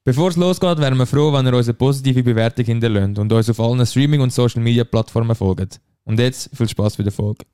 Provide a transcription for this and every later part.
Bevor es losgeht, wären wir froh, wenn ihr uns eine positive Bewertung hinterlässt und uns auf allen Streaming- und Social-Media-Plattformen folgt. Und jetzt viel Spaß bei der Folge.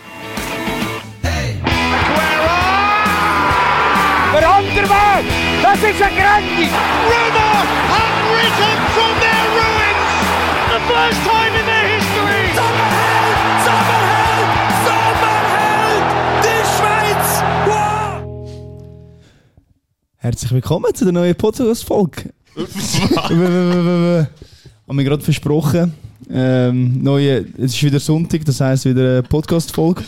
Der Unterweg! Das ist eine Grenze! Roma have risen from their ruins! The first time in their history! Sommerheld! Sommerheld! Sommerheld! Die Schweiz! Wow! Herzlich willkommen zu der neuen Podcast-Folge. Haben wir gerade versprochen. Es ist wieder Sonntag, das heisst wieder eine Podcast-Folge.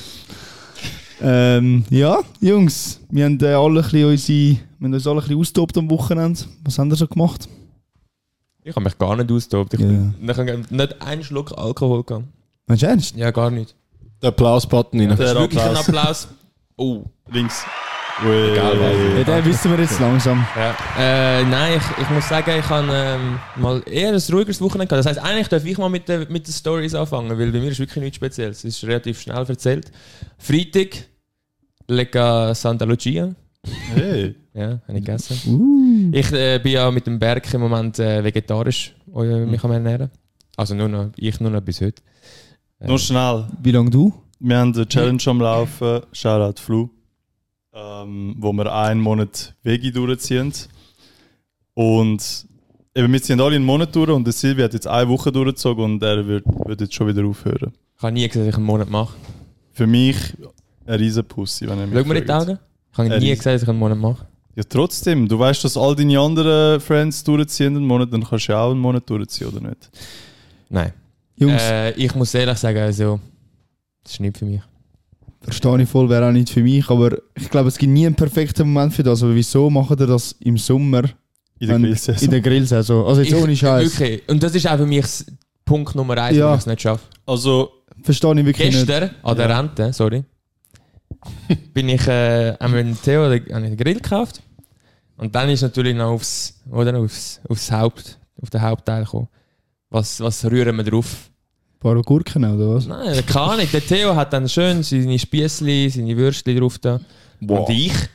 Ja, Jungs, wir haben uns alle ein bisschen austobt am Wochenende. Was haben ihr so gemacht? Ich habe mich gar nicht austobt. Ich habe nicht einen Schluck Alkohol gehabt. Meinst du ernst? Ja, gar nicht. Der Applaus-Button rein. Das ist wirklich ein Applaus. Oh. Links. Egal. Ja, den wissen wir jetzt langsam. Ja. Nein, ich muss sagen, ich habe mal eher ein ruhigeres Wochenende gehabt. Das heisst, eigentlich darf ich mal mit den Stories anfangen, weil bei mir ist wirklich nichts Spezielles. Es ist relativ schnell erzählt. Freitag, Lega Santa Lucia. Hey. Ja, habe ich gegessen. Ich bin ja mit dem Berg im Moment vegetarisch mich am ernähren. Also nur noch bis heute. Nur schnell. Wie lange du? Wir haben eine Challenge am Laufen, Shoutout Flu, wo wir einen Monat Vegi durchziehen. Und eben, wir ziehen alle einen Monat durch und der Silvi hat jetzt eine Woche durchgezogen und er wird jetzt schon wieder aufhören. Ich habe nie gesagt, dass ich einen Monat mache. Für mich ein riesen Pussy, wenn er mich Schau mir in die Augen. Ich habe nie gesagt, dass ich einen Monat mache. Ja, trotzdem. Du weißt, dass all deine anderen Friends durchziehen einen Monat, dann kannst du ja auch einen Monat durchziehen, oder nicht? Nein. Jungs, Ich muss ehrlich sagen, also, das ist nicht für mich. verstehe ich voll, wäre auch nicht für mich, aber ich glaube, es gibt nie einen perfekten Moment für das. Aber wieso macht ihr das im Sommer? In der Grillsaison. In der Grillsaison. Also jetzt ohne Scheiß. Wirklich. Und das ist auch für mich Punkt Nummer 1, Ja. wenn ich es nicht schaffe. Also, Verstehe ich wirklich Gestern, an der Rente, sorry, bin ich haben wir einen Theo einen Grill gekauft. Und dann ist natürlich noch aufs auf den Hauptteil gekommen. Was rühren wir drauf? Ein paar Gurken oder was? Nein, keine Ahnung. Der Theo hat dann schön seine Spiessli, seine Würstchen drauf da. wow. Und ich?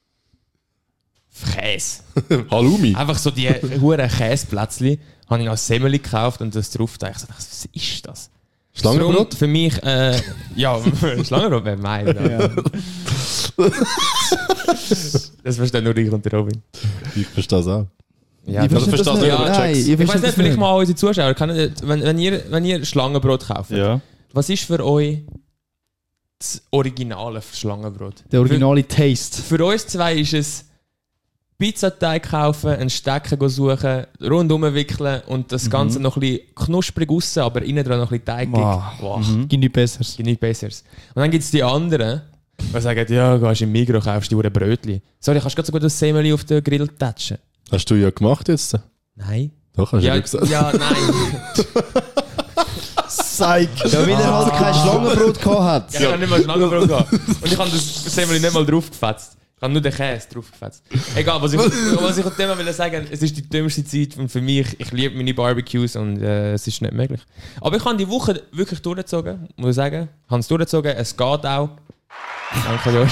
Käse. Halloumi. Einfach so die huren Käseplätzchen habe ich noch Semmeli gekauft und das drauf da. Ich so, was ist das? Schlangenbrot? Für mich, ja, Schlangenbrot wäre mein. Ja. Das versteht nur ich und der Robin. Ich verstehe das auch. Ja, Ich verstehe das nicht. ja, Nein, ich weiß nicht, vielleicht mal unsere Zuschauer, wenn ihr Schlangenbrot kauft, Ja. was ist für euch das originale Schlangenbrot? Der originale Taste. Für uns zwei ist es Pizzateig kaufen, einen Stecken suchen, rundum wickeln und das Ganze noch ein bisschen knusprig aussen, aber innen dran noch ein bisschen teigig. Wow. Gibt nichts Besseres. Gibt nichts Besseres. Und dann gibt es die anderen, die sagen, ja, gehst im Migros, kaufst die Brötchen. Sorry, kannst du so gut das Semmeli auf den Grill tatschen? Hast du ja gemacht jetzt? Nein. Doch, hast du Ja, ja gesagt. ja, nein. Psych! Ja, weil er halt kein Schlangenbrot gehabt hat. Ja, ich habe nicht mal Schlangenbrot gehabt. Und ich habe das Semmeli nicht mal draufgefetzt. Ich habe nur den Käse draufgefetzt. Egal, was ich auf dem will sagen, es ist die dümmste Zeit für mich. Ich liebe meine Barbecues und es ist nicht möglich. Aber ich habe die Woche wirklich durchgezogen, muss ich sagen. Ich habe es durchgezogen, es geht auch. Danke, Josh.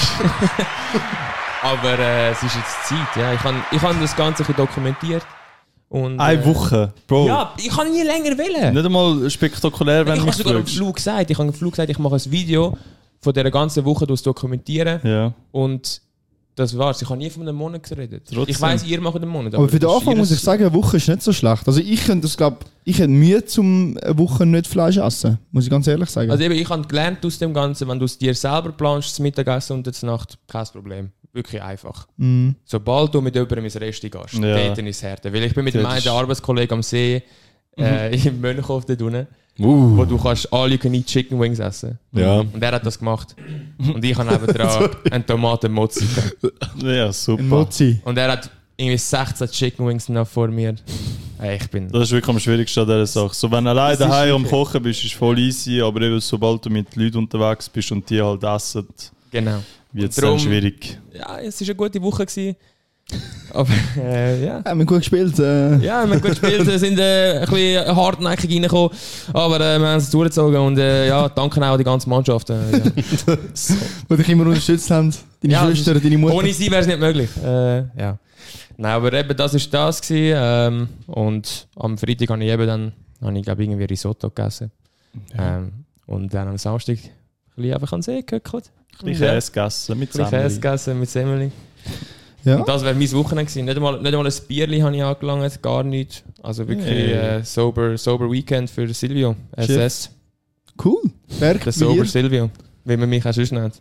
Aber es ist jetzt Zeit, ja. Ich habe das Ganze ein bisschen dokumentiert. Und, Eine Woche? Bro. Ja, ich kann nie länger wollen. Nicht einmal spektakulär, wenn Ich du habe mich sogar am fragst. Flug gesagt, ich mache ein Video von dieser ganzen Woche dokumentieren. Ja. Und das war's. Ich habe nie von einem Monat geredet. Trotzdem. Ich weiss, ihr macht einen Monat. Aber für den das ist Anfang muss ich sagen, eine Woche ist nicht so schlecht. Also ich könnte das, glaube ich, hätte Mühe zum eine Woche nicht Fleisch essen. Muss ich ganz ehrlich sagen. Also eben, ich habe gelernt aus dem Ganzen, wenn du es dir selber planst, das Mittagessen und die Nacht, kein Problem. Wirklich einfach. Sobald du mit jemandem ins Resti gehst, Ja. dort ist es härter. Weil ich bin mit Das meinem ist- Arbeitskollegen am See in Mönchhof dort unten, wo du kannst all you can eat Chicken Wings essen. Ja. Und er hat das gemacht. Und ich habe nebendran einen Tomatenmozzi gehabt. Ja, super. Ein Mozi. Und er hat irgendwie 16 Chicken Wings noch vor mir. Hey, ich bin... Das ist wirklich am schwierigsten an dieser Sache. So, wenn du allein Das ist daheim am wirklich- Kochen bist, ist es voll easy, aber eben, sobald du mit Leuten unterwegs bist und die halt essen, Genau. wird es Und dann darum- schwierig. Ja, es war eine gute Woche gewesen. Aber ja. Haben wir gut gespielt. Ja, wir haben gut gespielt, sind ein bisschen hartnäckig reingekommen, aber wir haben es durchgezogen und ja, danke auch an die ganze Mannschaft. Ja. Die dich immer unterstützt haben. Deine Ja, Schwester, deine Mutter. Ohne sie wäre es nicht möglich. Ja. Nein, aber eben das war das gewesen, und am Freitag habe ich eben dann, glaube ich, irgendwie Risotto gegessen. Und dann am Samstag ein bisschen einfach an den See gehöckelt. Ein bisschen Käse gegessen mit Semmeli. Käse gegessen mit Semmeli. Ja. Und das wäre mein Wochenende gewesen. Nicht einmal ein Bierli habe ich angelangt, gar nichts. Also wirklich sober Weekend für Silvio, SS. Cool. Berg, Der Sober Silvio, wie man mich auch sonst nennt.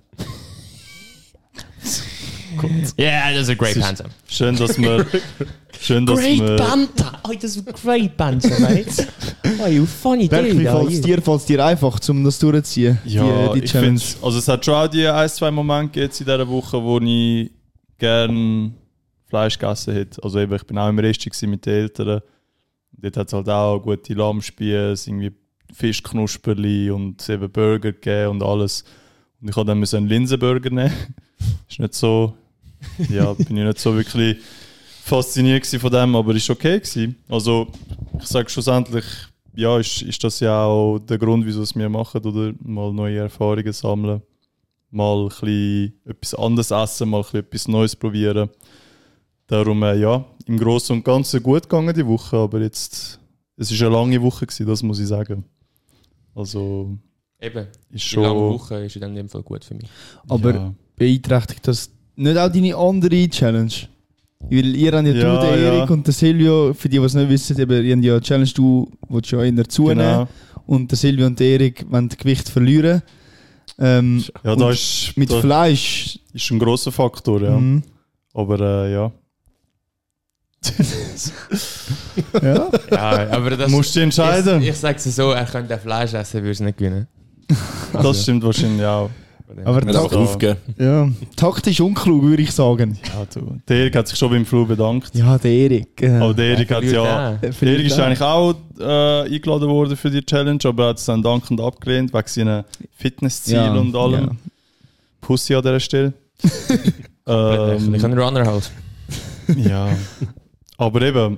Yeah, that's a great banter. Schön, dass wir... Great banter! Oh, das ist great banter, mate. Oh, you funny Berg, dude, wie are fällt es dir einfach, um das durchzuziehen? Ja, die ich Challenge. finde also es hat schon auch die 1-2 Momente jetzt in dieser Woche, wo ich gerne Fleisch gegessen hätte. Also eben, ich bin auch im Rest gewesen mit den Eltern. Dort hat es halt auch gute Lammspieße, irgendwie Fischknusperli und eben Burger gegeben und alles. Und ich musste dann einen Linsenburger nehmen. Ist nicht so... Ja, bin ich nicht so wirklich fasziniert von dem, aber ist okay gewesen. Also ich sage schlussendlich, ja, ist das ja auch der Grund, wieso es wir machen, oder mal neue Erfahrungen sammeln, mal ein bisschen etwas anderes essen, mal ein bisschen etwas Neues probieren. Darum, ja, im Großen und Ganzen gut gegangen die Woche, aber jetzt, es ist eine lange Woche gewesen, das muss ich sagen. Also Eben, ist die lange schon... Woche ist in dem Fall gut für mich. Aber ja. beeinträchtigt das nicht auch deine andere Challenge? Weil ihr habt ja, Ja, du, der ja. Erik und der Silvio, für die, die es nicht wissen, eben, ihr habt ja eine Challenge, du willst ja eher zunehmen. Genau. Und der Silvio und der Erik wollen Gewicht verlieren. Ja, und da ist, mit da Fleisch. ist ein grosser Faktor, ja. Mhm. Aber ja. Ja. Ja, aber das... Musst du dich entscheiden. Ich sage es so, er könnte Fleisch essen, würde es nicht gewinnen. Das stimmt wahrscheinlich auch. Aber Nicht einfach aufgeben. ja, taktisch unklug, würde ich sagen. Ja, du. Der Erik hat sich schon beim Flu bedankt. Ja, der Erik. Aber der Erik hat ja... Der Erik ist eigentlich auch eingeladen worden für die Challenge, aber er hat es dann dankend abgelehnt, wegen seinen Fitnesszielen und allem. Ja. Pussy an dieser Stelle. Ich habe einen Runner halt. Ja. Aber eben,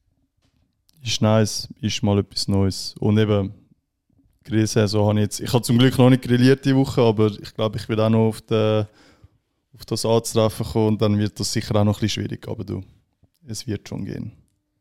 ist nice, ist mal etwas Neues. Und eben, Grillsaison habe ich jetzt... Ich habe zum Glück noch nicht grilliert die Woche, aber ich glaube, ich will auch noch auf das Anzutreffen kommen und dann wird das sicher auch noch ein bisschen schwierig. Aber du, es wird schon gehen.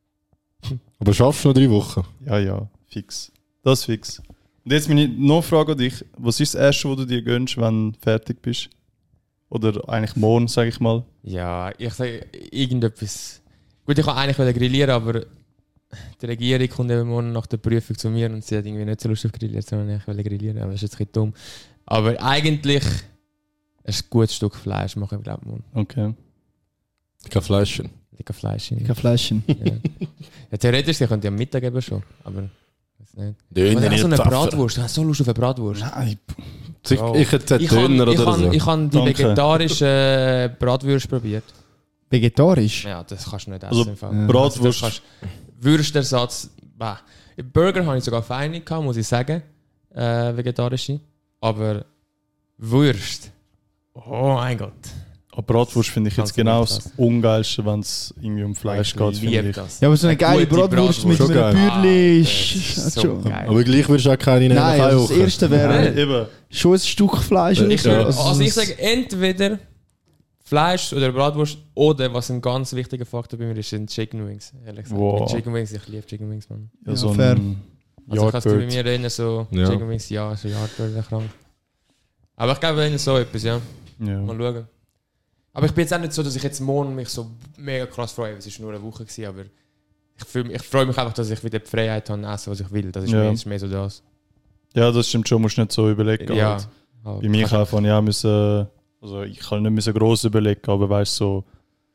Aber schaffst du noch 3 Wochen? Ja, fix. Das fix. Und jetzt meine noch Frage an dich. Was ist das Erste, was du dir gönnst, wenn du fertig bist? Oder eigentlich morgen, sage ich mal. Ja, ich sage irgendetwas. Gut, ich kann eigentlich grillieren, aber die Regierung kommt eben morgen nach der Prüfung zu mir und sie hat irgendwie nicht so Lust auf Grillieren, sondern ich will grillieren. Aber das ist jetzt ein bisschen dumm. Aber eigentlich ein gutes Stück Fleisch machen wir, glaube ich, morgen. Okay. Kein Fleischchen. Dicker Fleisch. Ja. Kein Fleischchen. Ja, theoretisch, ich könnte ja am Mittag eben schon, aber weiß nicht. Döner, Aber so eine Pfeffer. Bratwurst, du hast so Lust auf eine Bratwurst. Nein. Bro. Ich hätte Döner oder so. Ich habe die Danke. vegetarische Bratwurst probiert. Vegetarisch? Ja, das kannst du nicht essen. Also im Fall. Bratwurst. Also, Würstersatz. Bah. Burger habe ich sogar feine gehabt, muss ich sagen. Vegetarische. Aber Wurst. Oh mein Gott. Aber Bratwurst finde ich jetzt Kannst du genau nicht das essen. Ungeilste, wenn es irgendwie um Fleisch geht, finde liebe ich. das. Ja, aber so eine geile gute Bratwurst mit Schon einem geil. Bürli Das ist ist so schon... geil. Aber gleich würdest du auch keine nehmen. Nein, nach einer also das Woche. erste wäre Nein. Eben. schon ein Stück Fleisch oder Ich, so. Ja. also ich sage entweder Fleisch oder Bratwurst oder was ein ganz wichtiger Faktor bei mir ist, sind Chicken Wings. Ehrlich gesagt. Wow. Mit Chicken Wings, ich liebe Chicken Wings, Mann. Ja, Ja, so fair. ein Also kannst du bei Yardbird. mir reden, so Ja. Chicken Wings, ja, so Yardbird wäre krank. Aber ich glaube, eher so etwas, ja. Mal Ja. schauen. Aber ich bin jetzt auch nicht so, dass ich jetzt morgen mich so mega krass freue. Es war nur eine Woche, gewesen, aber ich freue mich einfach, dass ich wieder die Freiheit habe, essen, was ich will. Das ist, Ja. mehr so das. Ja, das stimmt schon, musst du nicht so überlegen. Ja. Halt. Halt. Bei mir kann ich auch müssen, also ich kann nicht so gross überlegen, aber weißt so,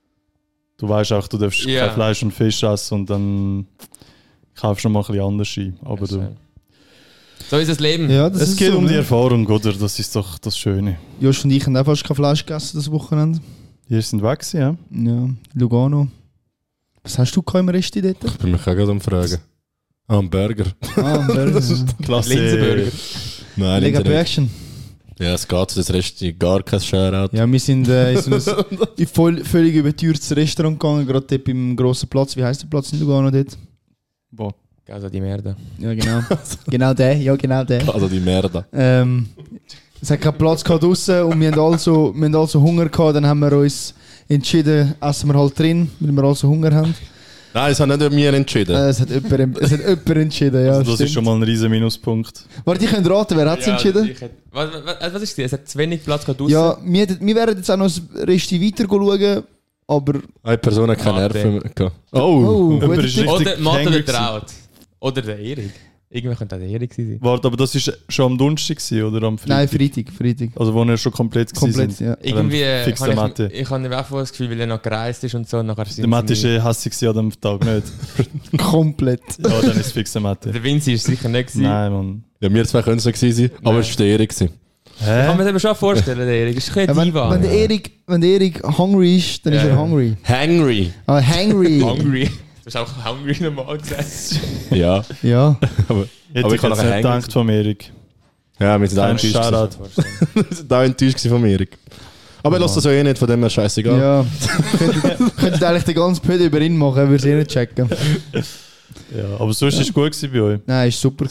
du weißt auch, du darfst Ja. kein Fleisch und Fisch essen und dann kaufst du noch mal ein bisschen anders ein. Aber Ja, du, schön. So ist das Leben. Ja, das es ist geht so, um die ne? Erfahrung, oder? Das ist doch das Schöne. Josh und ich haben auch fast kein Fleisch gegessen das Wochenende. Hier sind weg, gewesen, ja? Ja, Lugano. Was hast du im Rest dort? Ich bin mich auch gerade am Fragen. Ah, ein Burger. Ah, ein Burger. Klasse. Linsenburger. Nein, Mega nicht. Action. Ja, es geht, das Rest gar kein Shoutout. Ja, wir sind in so ein völlig überteuertes Restaurant gegangen, gerade dort beim grossen Platz. Wie heisst der Platz in Lugano dort? Boah. Also die Merde. Ja, genau. Genau der, ja, genau der. Also die Merda. Es hat keinen Platz gehabt draussen und wir haben also Hunger gehabt. Dann haben wir uns entschieden, essen wir halt drin, weil wir alle so Hunger haben. Nein, es hat nicht wir entschieden. Es hat jemand entschieden, ja. Also das stimmt. ist schon mal ein riesen Minuspunkt. Warte, ich könnte raten, wer hat es entschieden? Was ist das? Es hat zu wenig Platz gerade draussen. Ja, wir werden jetzt auch noch das Rest weiter schauen, aber... Eine Person hat keine Warte. Nerven mehr gehabt. Oh! Oh, Jemand guter ist Tipp. richtig Oder Mathe hangry der Traut. Oder der Erik. Irgendwann könnte auch der Erik sein. Warte, aber das war schon am Donnerstag gewesen, oder am Freitag? Nein, Freitag. Also wo wir schon komplett Komplett, sind. ja. Irgendwie fix der habe Mathe. ich habe auch das Gefühl, weil er noch gereist ist und so. Nachher sind Der Mathe sie war hässlich gewesen an dem Tag, nicht? Komplett. Ja, dann ist es fix der Mathe. Der Vinci ist sicher nicht gewesen. Nein, Mann. Ja, wir zwei können es nicht gewesen sein, aber es war der Erik gewesen. Ich kann Hä? mir das eben schon vorstellen, der Erik. Ist ein Ja, Diva. wenn der Erik hungry ist, dann ist Ja, er ja. hungry. Hangry! Ah, hungry. Hungry. Du hast auch hungry normal gesagt. Ja. Ja. Aber Hätte Aber ich ich kann jetzt auch nicht hängen. gedacht vom Erik. ja, wir sind auch Ein enttäuscht. Shoutout. Wir sind auch enttäuscht von Erik. Aber er lässt das ja eh nicht, von dem her scheißegal. Ja. Könntet eigentlich den ganzen Pöde über ihn machen, würde es eh nicht checken. Ja, aber sonst war es gut gewesen bei euch. Nein, es war super.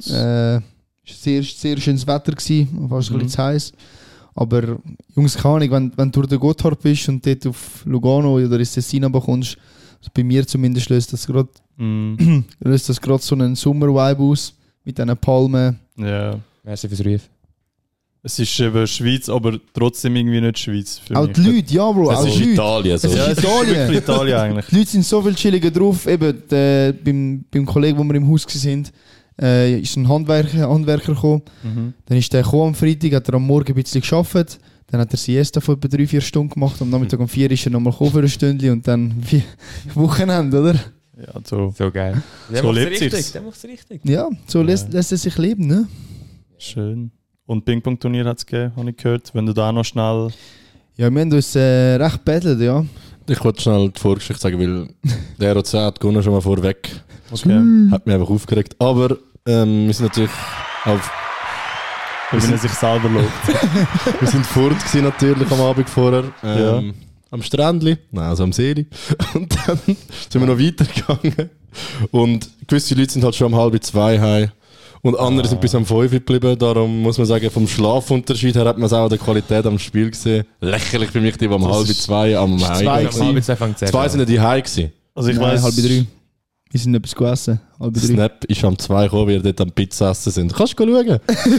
Sehr, sehr schönes Wetter, gewesen, fast ein bisschen zu heiß. Aber Jungs, keine Ahnung, wenn du durch den Gotthard bist und dort auf Lugano oder ins Tessin bekommst, also bei mir zumindest löst das gerade so einen Sommer-Vibe aus mit diesen Palmen. Ja. Merci fürs Ruf. Es ist eben Schweiz, aber trotzdem irgendwie nicht Schweiz. Für Auch mich. die Leute, ja Bro, Es auch ist die Leute. Italien. So. Es Ja, ist es ist Italien. wirklich Italien eigentlich. Die Leute sind so viel chilliger drauf. Eben beim Kollegen, wo wir im Haus waren, ist ein Handwerker gekommen. Dann ist der gekommen am Freitag, hat er am Morgen ein bisschen gearbeitet. Dann hat er Siesta von etwa 3-4 Stunden gemacht. Am Nachmittag um 4 ist er nochmal gekommen für eine Stunde und dann wie Wochenende, oder? Ja, so So geil. Der So macht's lebt richtig. sich's. Der macht's richtig. Ja, so lässt er sich leben, ne? schön. Und Ping-Pong-Turnier hat es gegeben, habe ich gehört. Wenn du da noch schnell... Ja, wir haben uns recht bettelt, ja. Ich wollte schnell die Vorgeschichte sagen, weil der ROC hat gewonnen schon mal vorweg. Okay. Hat mich einfach aufgeregt. Aber wir sind natürlich auf... Wenn er sich selber lobt. Wir sind fort gewesen, natürlich am Abend vorher. Ja. Am Strändli, nein, also am See. Und dann sind wir noch weitergegangen. Und gewisse Leute sind halt schon um 1:30 heim. Und andere sind bis um 5 geblieben. Darum muss man sagen, vom Schlafunterschied her hat man es auch an der Qualität am Spiel gesehen. Lächerlich für mich, die, die um 1:30 am Heim Zwei Am Abend fängt es Zwei sind ja die Heim gewesen. Also ich Nein, weiss... 2:30. Wir sind etwas gegessen. 2:30. Snap ist am 2 gekommen, wie er dort am Pizza essen sind. Kannst du schauen?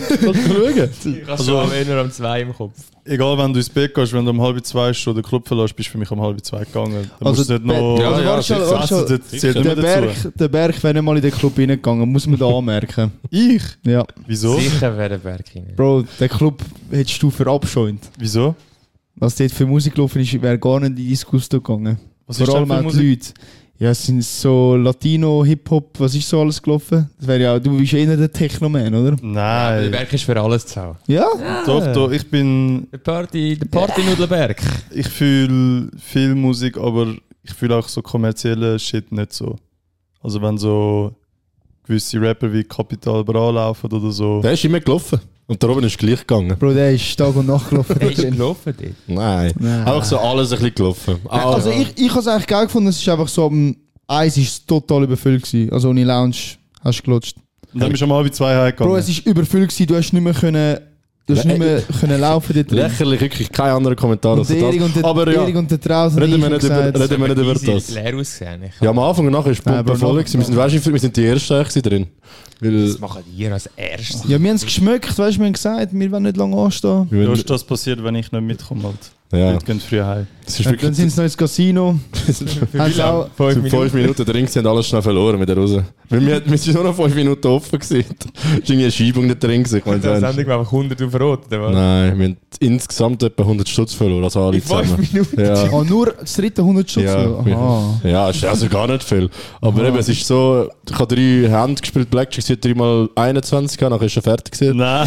Ich habe Also- schon nur um 2 im Kopf. Egal, wenn du ins Bett gehst, wenn du um 1:30 schon den Club verlässt, bist du für mich um 1:30 gegangen. Dann Also musst du nicht noch... Ja, also ja, warte schon, sicher. warte schon. Das zählt nicht mehr dazu. Der Berg wäre nicht mal in den Club reingegangen, muss man da anmerken. Ich? Ja. Wieso? Sicher wäre der Berg rein. Bro, den Club hättest du verabscheut. Wieso? Was dort für Musik gelaufen ist, wäre gar nicht in die Diskus gegangen. Was Vor ist allem denn für auch die Leute. Ja, es sind so Latino, Hip-Hop, was ist so alles gelaufen? Das wäre ja, du bist eher der Techno-Man, oder? Aber der Nein. Berg ist für alles zu haben. Ja? Doch, ich bin... Der Party-Nudelberg. Ich fühle viel Musik, aber ich fühle auch so kommerzielle Shit nicht so. Also wenn so gewisse Rapper wie Capital Bra laufen oder so. Der ist immer gelaufen. Und der Robin ist gleich gegangen. Bro, der ist Tag und Nacht gelaufen. Der ist gelaufen dort. Nein. Nein. Einfach so alles ein bisschen gelaufen. Also ich habe es eigentlich geil gefunden, es ist einfach so, am Eis ist es total überfüllt gewesen. Also ohne Lounge hast du gelutscht. Und dann bist du mal 2 heimgegangen. Bro, es ist überfüllt gewesen, du hast nicht mehr können... Du hast nicht mehr können laufen dort drin. Lächerlich, wirklich kein anderer Kommentar Und als der das. Erik und der, Aber ja, Erik und der Traus haben reden wir ich nicht über- gesagt, reden wir nicht über Easy das. leer ausgesehen. Ja, am Anfang und nachher war es Nein, Bro, voll. noch- Wir sind, weißt du, wir sind die Ersten eigentlich drin. Weil Das machen ihr als erstes. ja, wir haben es geschmeckt, weißt du, wir haben gesagt, wir wollen nicht lange anstehen. wir Ja, wollen- ist das passiert, wenn ich nicht mitkomme halt. ja, Leute gehen früh heim. das ist Dann wirklich... sind sie noch ins Casino. Haben sie auch, 5 Minuten drin, sie haben alles schnell verloren mit der raus. Weil wir sind nur noch 5 Minuten offen gewesen. Es war irgendwie eine Schiebung nicht drin gewesen. Ich meine, Das Sendung war einfach 100 auf Rot, oder was? nein, wir haben insgesamt etwa 100 Stutz verloren, also alle In 5 zusammen. Minuten. Ja. nur das dritte 100 Schutz. Ja, Aha. ja, ist also gar nicht viel. Aber eben, es ist so, ich habe 3 Hände gespielt, Blackjack, sie hat 3 mal 21 gehabt, nachher ist schon fertig gewesen. Nein!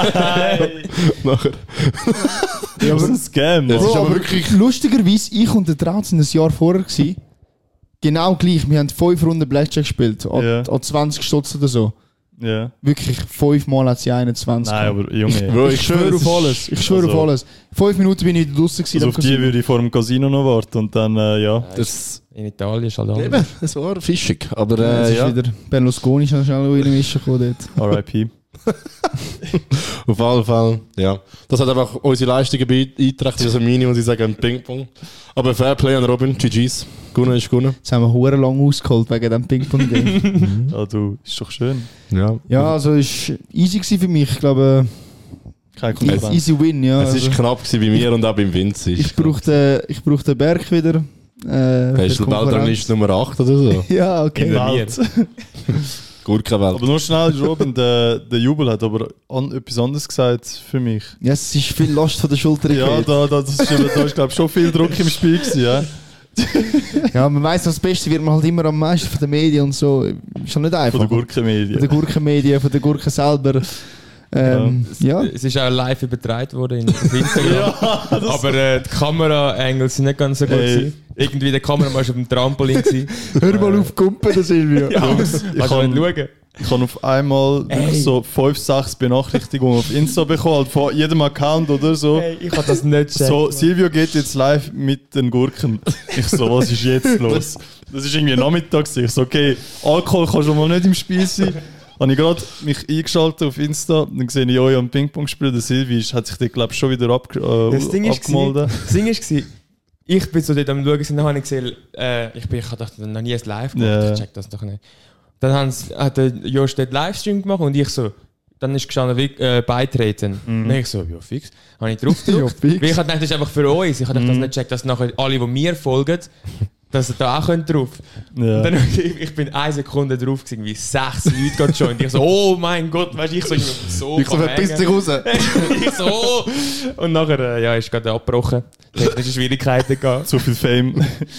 Nachher, Ja, aber ein Scam. Das Mann. ist Bro, aber aber wirklich- lustigerweise, ich und der Traut sind ein Jahr vorher gewesen. Genau gleich, wir haben 5 Runden Blackjack gespielt, Ja. an 20 Stutz oder so. Ja. Wirklich, 5 Mal hat sie 21. Nein, aber Junge. Bro, ich schwöre auf alles. Ich schwöre Also- auf alles. 5 Minuten bin ich wieder draußen gewesen. Also am auf die Casino. würde ich vor dem Casino noch warten und dann, ja. das, In Italien ist halt alles. eben, es war fischig. Aber Es ist ja. wieder Berlusconi schon schnell reinmischen gekommen dort. RIP. Auf jeden Fall, ja. Das hat einfach unsere Leistungen eingetragen, das ist ein Minimum, die sagen Ping-Pong. Aber Fairplay an Robin, GG's. Gewonnen ist gewonnen. Jetzt haben wir hure lang ausgeholt wegen dem Ping-Pong-Game. Ja, du, ist doch schön. Ja. Ja, also es war easy gewesen für mich. Ich glaube, Kein Konkurrenz. easy win, ja. Es war knapp gewesen bei mir und auch beim Vinci. Ich brauchte den Berg wieder. Weißt du, Weltrangliste Nummer 8 oder so? Ja, okay. In der Bier. Gurkenwelt. Aber nur schnell, Robin, der Jubel hat aber etwas anderes gesagt für mich. Ja, es ist viel Last von der Schulter. Ja, da ist glaube ich, schon viel Druck im Spiel gewesen, ja. Ja, man weiss, das Beste wird man halt immer am meisten von den Medien und so. Ist schon nicht einfach. Von der Gurkenmedien. Von den Gurkenmedien, von den Gurken selber. Ja. Es ist auch live übertragen worden auf Instagram. Aber die Kamera-Angles sind nicht ganz so gut gewesen. Irgendwie der Kameramann war auf dem Trampolin gewesen. Hör mal auf, Kumpel, Silvio. Ja, Jungs, ich kann nicht schauen. Ich habe auf einmal wirklich so 5, 6 Benachrichtigungen auf Insta bekommen, halt von jedem Account oder so. Hey, ich kann das nicht checken. So, Silvio geht jetzt live mit den Gurken. Ich so, was ist jetzt los? Das ist irgendwie Nachmittag. Ich so, okay, Alkohol kann schon mal nicht im Spiel sein. Habe ich gerade mich eingeschaltet auf Insta, dann sehe ich euch am Ping-Pong spielen. Der Silvi hat sich dort, glaube ich, schon wieder Das Ding abgemeldet. Das Ding war, ich bin so dort am Schauen, dann habe ich gesehen, ich dachte, noch nie ein Live gemacht, Ja. ich check das doch nicht. Dann hat der Josh dort Livestream gemacht und ich so, dann ist gestanden, beitreten. Und ich so, ja fix, habe ich drauf gedrückt. fix. Weil ich dachte, das ist einfach für uns. Ich habe das nicht checkt, dass nachher alle, die mir folgen, dass sie da auch drauf können. Ja. Dann, ich bin 1 Sekunde drauf gewesen, wie 6 Leute gerade schon. Und ich so, oh mein Gott, weißt du, ich so auf dem Sofa Ich so, verpiss dich raus. ich so, oh. Und nachher, ist gerade abgebrochen. Technische Schwierigkeiten gehabt. Zu viel Fame.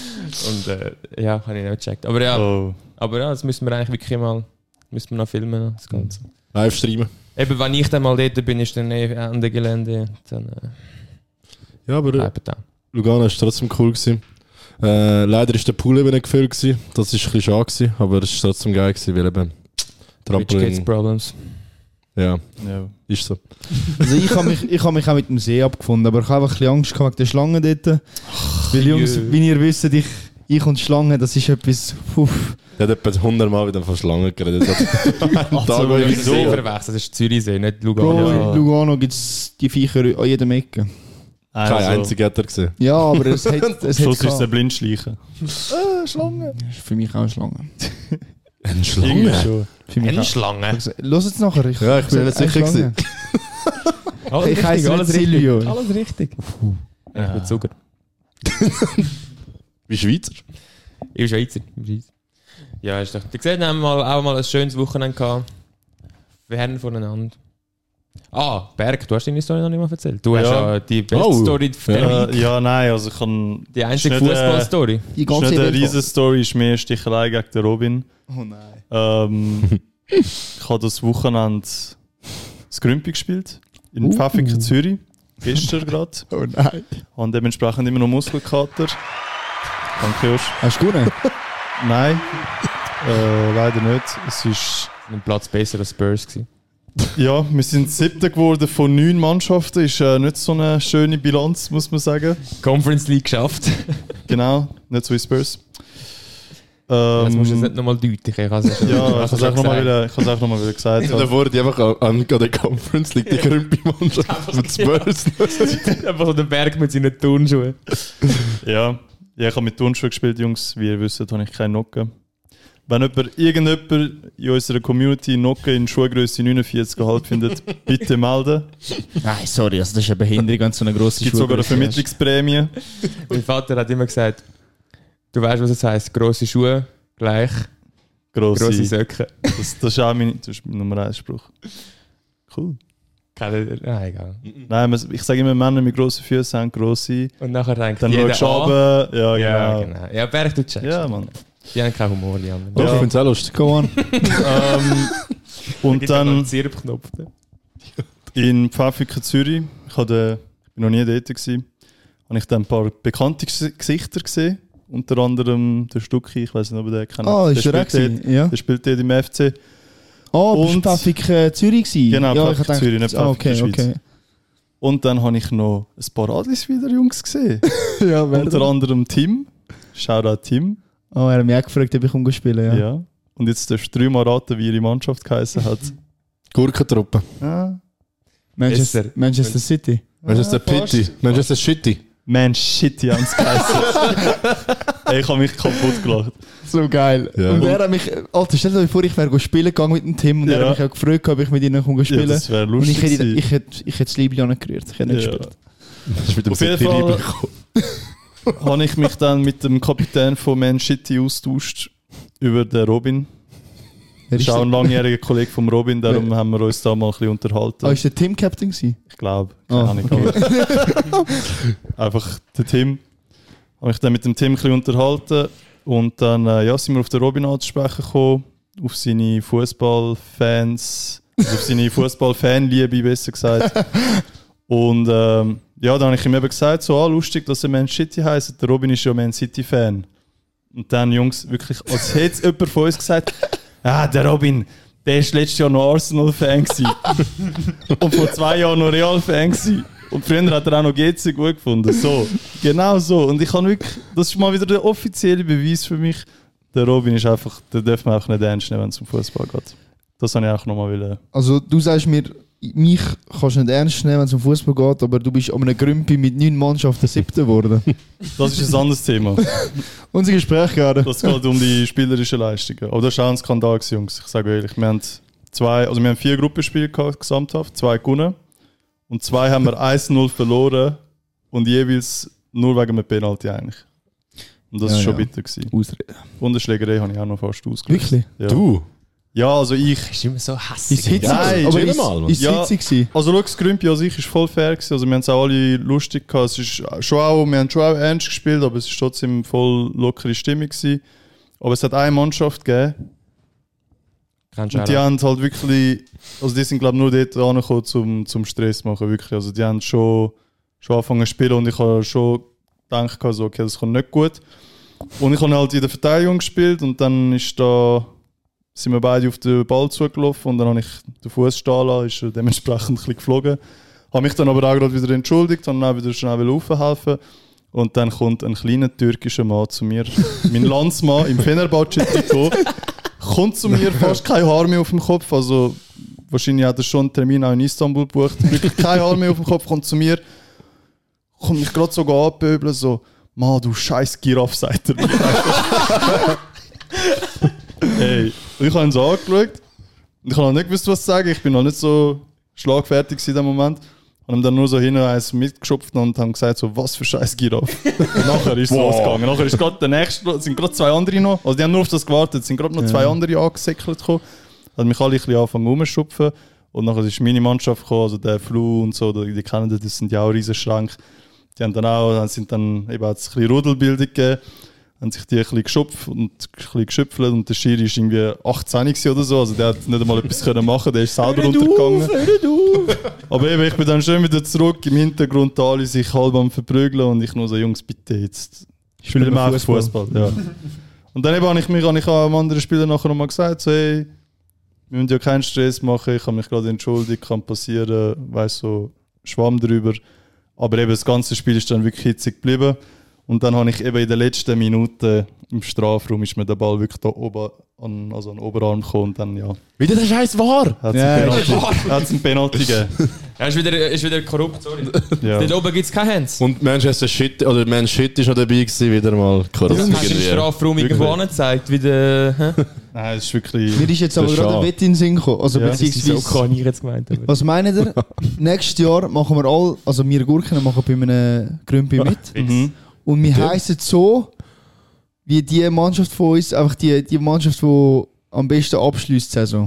Und habe ich nicht gecheckt. Aber ja, Oh. das müssen wir eigentlich wirklich mal noch filmen, das Ganze. Live streamen. Eben, wenn ich dann mal dort bin, ist dann Ende Gelände. Dann Ja, aber bleibt da. Lugano war trotzdem cool gewesen. Leider war der Pool eben nicht gefüllt gewesen. Das war ein bisschen schade gewesen, aber es war trotzdem geil gewesen, weil eben Rich Kids Trampolin... Problems. Ja, Ja. ist so. Also ich habe mich auch mit dem See abgefunden, aber ich habe einfach ein bisschen Angst gehabt wegen der Schlangen dort. Weil Jungs, wie ihr wisst, ich und Schlangen, das ist etwas... Der hat etwa 100 Mal wieder von Schlangen geredet. Einen Tag, wo ich Ich gesehen habe. verwechselt, das ist Zürichsee, nicht Bro, Lugano. in Lugano gibt es die Viecher an jedem Ecke. Kein einziger hat er gesehen. Ja, aber es hat... Es Schluss ist hat der Blindschleichen. Schlange. Ist für mich auch eine Schlange. Eine Irgendwie Schlange? schon. Für mich Eine auch. Schlange. Los jetzt nachher. Ja, ich bin nicht sicher gewesen. Alles Ich heisse alles nicht richtig. Silvio. Alles richtig. Ich bin Zucker. Wie Schweizer? Ich bin Schweizer. Ja, ist doch. Du siehst, wir haben auch mal ein schönes Wochenende gehabt. Wir haben voneinander. Berg, du hast deine Story noch nicht mal erzählt. Du hast Ja. ja die beste Oh. Story der Week. Ja, nein, also ich kann... Die einzige ist nicht, Fußball-Story. Die ist ganze nicht eine Welt- riesen Story, ist mehr Stichelei gegen den Robin. Oh nein. Ich habe das Wochenende das Grümpi gespielt. In Pfäffiken, Zürich. Gestern gerade. Oh nein. Und dementsprechend immer noch Muskelkater. Danke, Josh. Hast du gewonnen? Nein, leider nicht. Es ist... Ein Platz besser als Spurs gewesen. Ja, wir sind 7. geworden von 9 Mannschaften. Ist nicht so eine schöne Bilanz, muss man sagen. Conference League geschafft. Genau, nicht so wie Spurs. Das musst du jetzt nicht nochmal deutlich. Ich habe es Ja, ich habe es auch nochmal wieder gesagt. Da wurde die einfach an der Conference League, die Grümpi-Mannschaft mit Spurs. Einfach so den Berg mit seinen Turnschuhen. Ja, ich habe mit Turnschuhen gespielt, Jungs. Wie ihr wisst, habe ich keinen Nocken. Wenn irgendjemand in unserer Community Nocken in Schuhgröße 49,5 findet, bitte melden. Nein, sorry, also das ist eine Behinderung, wenn du so eine grosse Es gibt sogar eine Vermittlungsprämie. Mein Vater hat immer gesagt, du weißt, was es heisst, grosse Schuhe gleich grosse Grosse. Söcke. Das ist auch mein Nummer 1 Spruch. Cool. Egal. Nein, ich sage immer, Männer mit grossen Füßen haben grosse. Und nachher denkt Dann jeder schaust du runter. Ja, Ja, genau. genau. Ja, Berg, du checkst. Ja, Mann. Die haben keinen Humor, die anderen. Ich finde es auch lustig. Go on. Und Gibt dann noch einen dann Zirpknopf. in Pfäffiken, Zürich, ich bin noch nie dort gewesen, habe ich dann ein paar bekannte Gesichter gesehen. Unter anderem der Stucki, ich weiß nicht, ob ihr den kennt. Ist er dort, ja. der spielt dort im FC. Oh, Und- bist du Pfäffiken Zürich gewesen? Genau, ja, Pfäffiken Zürich, nicht okay, Pfäffiken Schweiz. okay. Und dann habe ich noch ein paar Adliswiler-Jungs gesehen. Ja, Unter anderem Tim. Shoutout Tim. Oh, er hat mich auch gefragt, ob ich spielen ja. Ja. Und jetzt darfst du 3 Mal raten, wie ihre Mannschaft geheißen hat. Gurkentruppe. Manchester City. Manchester Pitti. Manchester Shitty. Man, shit, ja, ins Ey, ich habe mich kaputt gelacht. So geil. Ja. Und er hat mich... Alter, stell dir vor, ich wäre spielen gegangen mit dem Tim und er hat mich auch gefragt, ob ich mit ihnen spielen Ja, das wäre und lustig. ich hätte das Liebling angerührt. Ich hätte nicht gespielt. Das ist mit dem Auf jeden City Fall bekommen. habe ich mich dann mit dem Kapitän von Man City austauscht über den Robin. Wer Das ist ist auch der? ein langjähriger Kollege vom Robin, darum haben wir uns da mal ein bisschen unterhalten. Ah, ist der Tim Captain gewesen? Ich glaube, keine Ahnung. Aber einfach der Tim. Habe ich dann mit dem Tim ein bisschen unterhalten und dann sind wir auf den Robin anzusprechen gekommen, auf seine Fußballfans, also auf seine Fußballfanliebe besser gesagt. Und dann habe ich ihm eben gesagt, so lustig, dass er Man City heisst. Der Robin ist ja Man City Fan. Und dann, Jungs, wirklich, als hätte es jemand von uns gesagt, der Robin, der war letztes Jahr noch Arsenal-Fan gewesen. Und vor 2 Jahren noch Real-Fan gewesen. Und früher hat er auch noch GC gut gefunden. So, genau so. Und ich habe wirklich, das ist mal wieder der offizielle Beweis für mich, der Robin ist einfach, den darf man auch nicht ernst nehmen, wenn es um Fußball geht. Das habe ich auch nochmal wollen. Also du sagst mir, mich kannst du nicht ernst nehmen, wenn es um Fußball geht, aber du bist an einem Grümpi mit 9 Mannschaften 7. geworden. Das ist ein anderes Thema. Unser Gespräch gerade. Das geht um die spielerischen Leistungen. Aber das ist auch ein Skandal, Jungs. Ich sage ehrlich, wir haben 4 Gruppenspiele gehabt, gesamthaft, 2 gewonnen. Und 2 haben wir 1-0 verloren und jeweils nur wegen einem Penalty eigentlich. Und das ist schon bitter gewesen. Ausreden. Und der Schlägerei habe ich auch noch fast ausgelöst. Wirklich? Ja. Du? Ja, also ich... Das ist immer so Ist hässlich. hitzig? Nein, aber chill mal, Mann. ist Ja. hitzig gewesen? Also schau, das Grümpi an sich war voll fair gewesen. Also wir haben es auch alle lustig gehabt. Es ist schon auch, wir haben schon auch ernst gespielt, aber es war trotzdem voll lockere Stimmung gewesen. Aber es hat eine Mannschaft gegeben Kannst du und die auch. haben halt wirklich, also die sind glaube ich nur dort angekommen zum Stress zu machen, wirklich. Also die haben schon angefangen zu spielen und ich habe schon gedacht, so, okay, das kommt nicht gut. Und ich habe halt in der Verteidigung gespielt und dann sind wir beide auf den Ball zugelaufen und dann habe ich den Fuß stehen lassen, ist er dementsprechend ein bisschen geflogen. Habe mich dann aber auch gerade wieder entschuldigt, habe dann auch wieder schnell aufhelfen. Und dann kommt ein kleiner türkischer Mann zu mir, mein Landsmann im Fenerbahce-Trikot, kommt zu mir, fast kein Haar mehr auf dem Kopf, also wahrscheinlich hat er schon einen Termin auch in Istanbul gebucht, wirklich kein Haar mehr auf dem Kopf, kommt zu mir, kommt mich gerade so anpöbeln, so, Mann, du scheiß Giraffe, sagt er mir. Hey, und ich habe ihn so angeschaut und ich habe noch nicht gewusst, was zu sagen. Ich bin noch nicht so schlagfertig in dem Moment. Ich habe ihm dann nur so hin und eins mitgeschopft und haben gesagt, so, was für scheiß Giraffe. Und nachher ist es losgegangen. Nachher ist gerade der nächste, sind gerade 2 andere noch. Also die haben nur auf das gewartet, sind gerade noch 2 andere angesäckelt gekommen. Hat mich alle ein bisschen angefangen rumzuschupfen. Und nachher ist meine Mannschaft gekommen, also der Flu und so, die kennen das, sind ja auch riesen Schrank. Die haben dann auch, sind dann eben ein bisschen Rudelbildung gegeben. Haben sich die ein bisschen geschupft und ein bisschen geschöpfelt und der Schiri war irgendwie 18 oder so, also der hat nicht einmal etwas können machen, der ist selber runtergegangen. Aber eben, ich bin dann schön wieder zurück, im Hintergrund alle sich halb am verprügeln und ich nur so, Jungs, bitte jetzt spielen wir auch Fußball. Ja. Und dann eben habe ich einem anderen Spieler nachher nochmal gesagt, so, hey, wir müssen ja keinen Stress machen, ich habe mich gerade entschuldigt, kann passieren, weißt so, Schwamm drüber. Aber eben das ganze Spiel ist dann wirklich hitzig geblieben. Und dann habe ich eben in den letzten Minuten im Strafraum ist mir der Ball wirklich da oben an den Oberarm gekommen und dann, ja, Wieder der Scheiß war! hat es einen Penalty gegeben. Ja, ist wieder korrupt, sorry. Ja. Dort oben gibt es keine Hands. Und Manchester Shit, oder Man Shit ist noch dabei gewesen, wieder mal korrupt Hast du den irgendwie. Strafraum irgendwo angezeigt? Wie der... Hä? Nein, es ist wirklich... Mir ist jetzt aber Das ist gerade ein schade. Wett in den Sinn gekommen. Also Ja. beziehungsweise... So kann ich jetzt gemeint haben. Was meint ihr? Nächstes Jahr machen wir alle, also wir Gurken machen bei einem Grümpi mit. Mhm. Und wir heissen so, wie die Mannschaft von uns, einfach die Mannschaft, die am besten abschließt die Saison.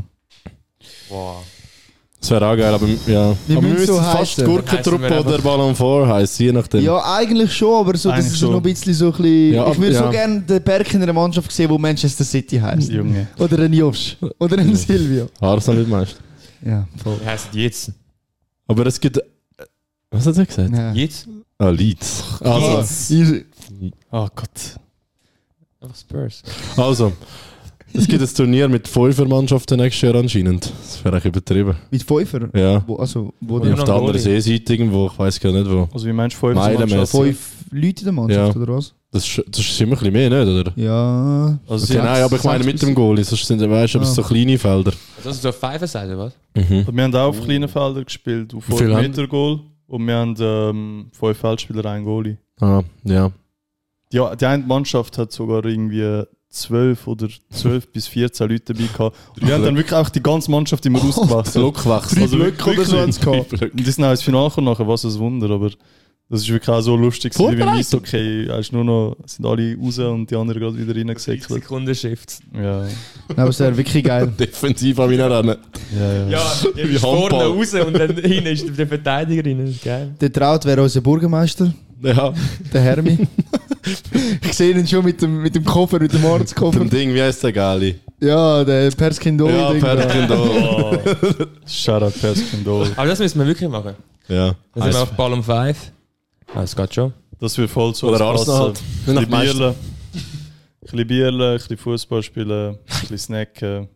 Wow. Das wäre auch geil, aber ja. Wir Aber müssen so fast heissen. Gurkentruppe Heissen wir oder Ballon 4 heißen, je nachdem. Ja, eigentlich schon, aber so, das Eigentlich ist schon. noch ein bisschen so ein bisschen... Ja, ich würde ja. so gerne den Berg in einer Mannschaft sehen, die Manchester City heisst. Junge. Oder ein Josh. Oder ein Silvio. Arsenal wird Meister. Ja, voll. Wie heisst jetzt? Aber es gibt... Was hat er gesagt? Ja. Jetzt? Ah, Leeds. Also, Easy. Oh Gott. Einfach Spurs. also, es gibt ein Turnier mit 5er Mannschaften nächstes Jahr anscheinend. Das wäre eigentlich übertrieben. Mit Fünfer? Ja. Wo Ja, die Auf der anderen Seeseite irgendwo, ich weiß gar nicht wo. Also wie meinst du, 5 Meilenmäßig. Mannschaften? Leute in der Mannschaft, oder was? Das ist immer ein bisschen mehr, nicht, oder? Ja. Also Okay, nein, aber ich meine mit dem Goalie, sonst sind weißt, aber so kleine Felder. Also so auf Five-a-Side, oder was? wir haben auch auf kleinen Feldern gespielt, auf Wie viel 5 Meter Goal. Und wir haben 5 Feldspieler, ein Goalie. Ah, ja. Die eine Mannschaft hat sogar irgendwie 12 bis 14 Leute dabei gehabt. Und wir haben dann wirklich auch die ganze Mannschaft immer ausgewachsen. Blockwechsel. Also Blöcke oder so haben sie gehabt. Und die sind auch ins Finale gekommen nachher, was ein Wunder. Aber das ist wirklich auch so lustig, wie beim Eishockey. Sind alle raus und die anderen gerade wieder reingesäckelt. Sekundenschifts. Ja. Aber es wäre wirklich geil. Defensiv an mir rennen. Ja, ihr Wie bist vorne Handball. raus und dann hinten ist der Verteidiger rein. Das ist geil. Der Traut wäre unser Bürgermeister, Ja. der Hermi. Ich sehe ihn schon mit dem Koffer, mit dem Arztkoffer. Dem Ding, wie heißt der Gali? Ja, der Perskindol. Ja, Perkindol. Shoutout Perskindol. Aber das müssen wir wirklich machen. Ja. Dann sind wir auf Ball um 5. Ah, das geht schon. Das wird voll zu Oder uns Arsenal. passen. Nur Ein nach bisschen Bierle, ein bisschen Fußball spielen, ein bisschen snacken.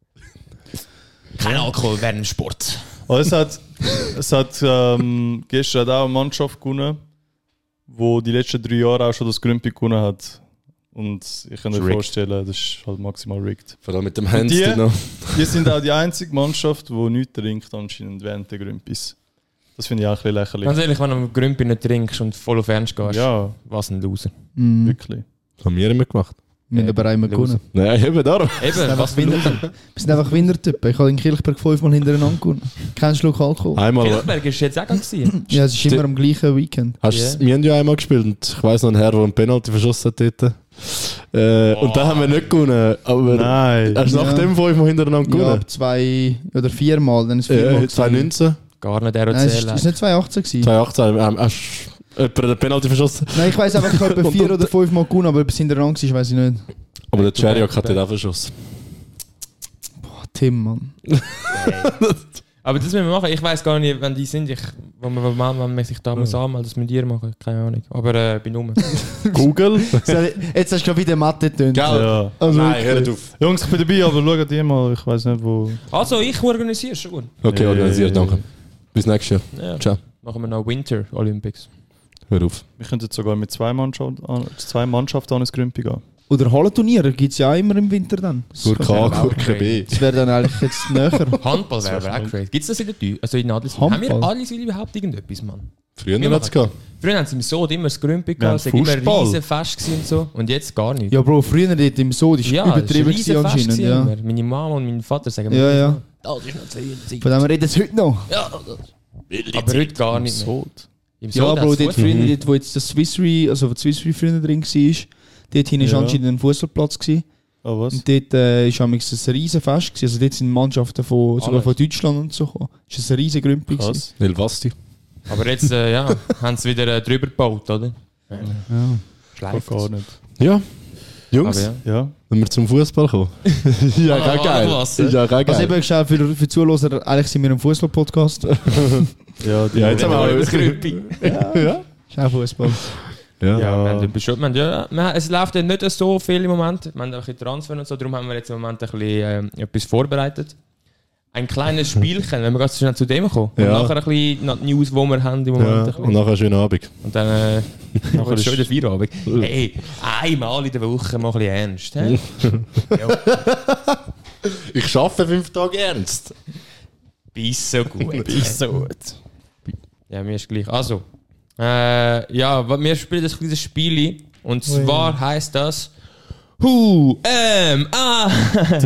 Kein Alkohol während Sport. Also es hat gestern auch eine Mannschaft gewonnen, die die letzten 3 Jahre auch schon das Grümpi gewonnen hat. Und ich kann mir Rigged. vorstellen, das ist halt maximal rigged. Vor allem mit dem Hans die- noch. Die sind auch die einzige Mannschaft, die nichts trinkt anscheinend während der Grümpis. Das finde ich auch ein bisschen lächerlich. Ganz ehrlich, wenn du am Grümpi nicht trinkst und voll auf Ernst gehst, Ja, was ein Loser. Mhm. wirklich. Das haben wir immer gemacht. Wir haben aber einmal gewonnen. Nein, eben darum. Eben, was für ein Loser. Wir sind einfach Winnertypen. Ich habe in Kirchberg 5-mal hintereinander gewonnen. Kein Schluck Alkohol. Einmal. Kirchberg ist jetzt auch gewesen. Ja, es ist immer am gleichen Weekend. Wir haben ja einmal gespielt und ich weiss noch einen Herr, der einen Penalty verschossen hat dort. Und da haben wir nicht gewonnen. Aber Nein. erst nach dem 5-mal hintereinander Ja, gewonnen. ab 2 oder 4 Mal. Dann ist es Ja, 4 Mal. 2019, Gar nicht Nein, es ist ROC. nicht 2018 gewesen. 2018 hast du jemand den Penalty verschossen. Nein, ich weiss einfach, ich habe etwa 4 oder 5 Mal gewonnen, aber ob es hintereinander war, weiss ich nicht. Aber der Cheriok hat den auch verschossen. Boah, Tim, Mann. Aber das müssen wir machen. Ich weiß gar nicht, wenn die sind. Wenn man sich da muss anmelden, das mit dir machen. Keine Ahnung. Aber bin rum. Google? Jetzt hast du gerade wieder Mathe getönt. Gell? Ja. Also Nein, wirklich. hört auf. Jungs, ich bin dabei, aber schaut die mal. Ich weiß nicht, wo. Also, ich organisiere schon gut. Okay, organisiert, danke. Bis nächstes Jahr. Ja. Ciao. Machen wir noch Winter Olympics. Hör auf. Wir könnten sogar mit 2 Mannschaften an ins Grümpi gehen. Oder Hallenturniere gibt es ja auch immer im Winter dann. Gurke A, Gurke B. Das wäre dann eigentlich jetzt näher. Handball wäre aber auch crazy. Gibt es das in der Tü? Also in Adliswil? Handball? Haben wir Adliswil überhaupt irgendetwas, Mann? Früher Wir hat es gehabt. Früher haben sie im Sod immer das Grümpi Wir haben gehabt, es war immer ein Fußball. riesen Fest gewesen und so. Und jetzt gar nicht. Ja, Bro, früher dort im Sod ist Ja, das war ein übertrieben riesen gewesen Fest anscheinend. gewesen Ja. immer. Meine Mama und mein Vater sagen Ja, mir, ja. das ist noch zu viel Zeit. Von dem reden wir heute noch. Ja, aber heute gar nicht mehr. Sod. Im Ja, Sod Bro, hat's dort Fußball. früher, dort, wo jetzt das Swissry, also wo die Swissry früher drin war, dort hinten war Ja. anscheinend ein Fußballplatz gewesen. Ah, was? Und dort war ein riesen Fest gewesen. Also dort sind Mannschaften sogar Alles. von Deutschland und so gekommen. Das ist ein riesen Grümpi gewesen. Krass. El Vasti. Aber jetzt haben sie wieder drüber gebaut, oder? Ja. Schleift Gar es. nicht. Ja. Jungs, Aber ja. Ja. wenn wir zum Fußball kommen. Ja, Ah, geil. was, Ist ja geil. Also eben schnell für Zuhörer, eigentlich sind wir ein Fußball-Podcast. Ja, die Ja, jetzt haben wir über auch das Grümpi. Ist auch Fußball. Ja. Es läuft ja nicht so viel im Moment. Wir haben ein bisschen Transfer und so, darum haben wir jetzt im Moment ein bisschen etwas vorbereitet. Ein kleines Spielchen, wenn wir ganz schnell zu dem kommen. Und Ja. nachher ein bisschen noch die News, die wir haben im Moment. Ja. Ein Und bisschen. nachher einen schönen Abend. Und dann nachher ist ist- schon wieder Feierabend. Hey, einmal in der Woche mal ein bisschen ernst. He? Ich arbeite 5 Tage ernst. Bis so gut. Bis so gut. Ja, mir ist gleich. Also, wir spielen das kleines Spiel. Und zwar heisst das Who am I? Ja,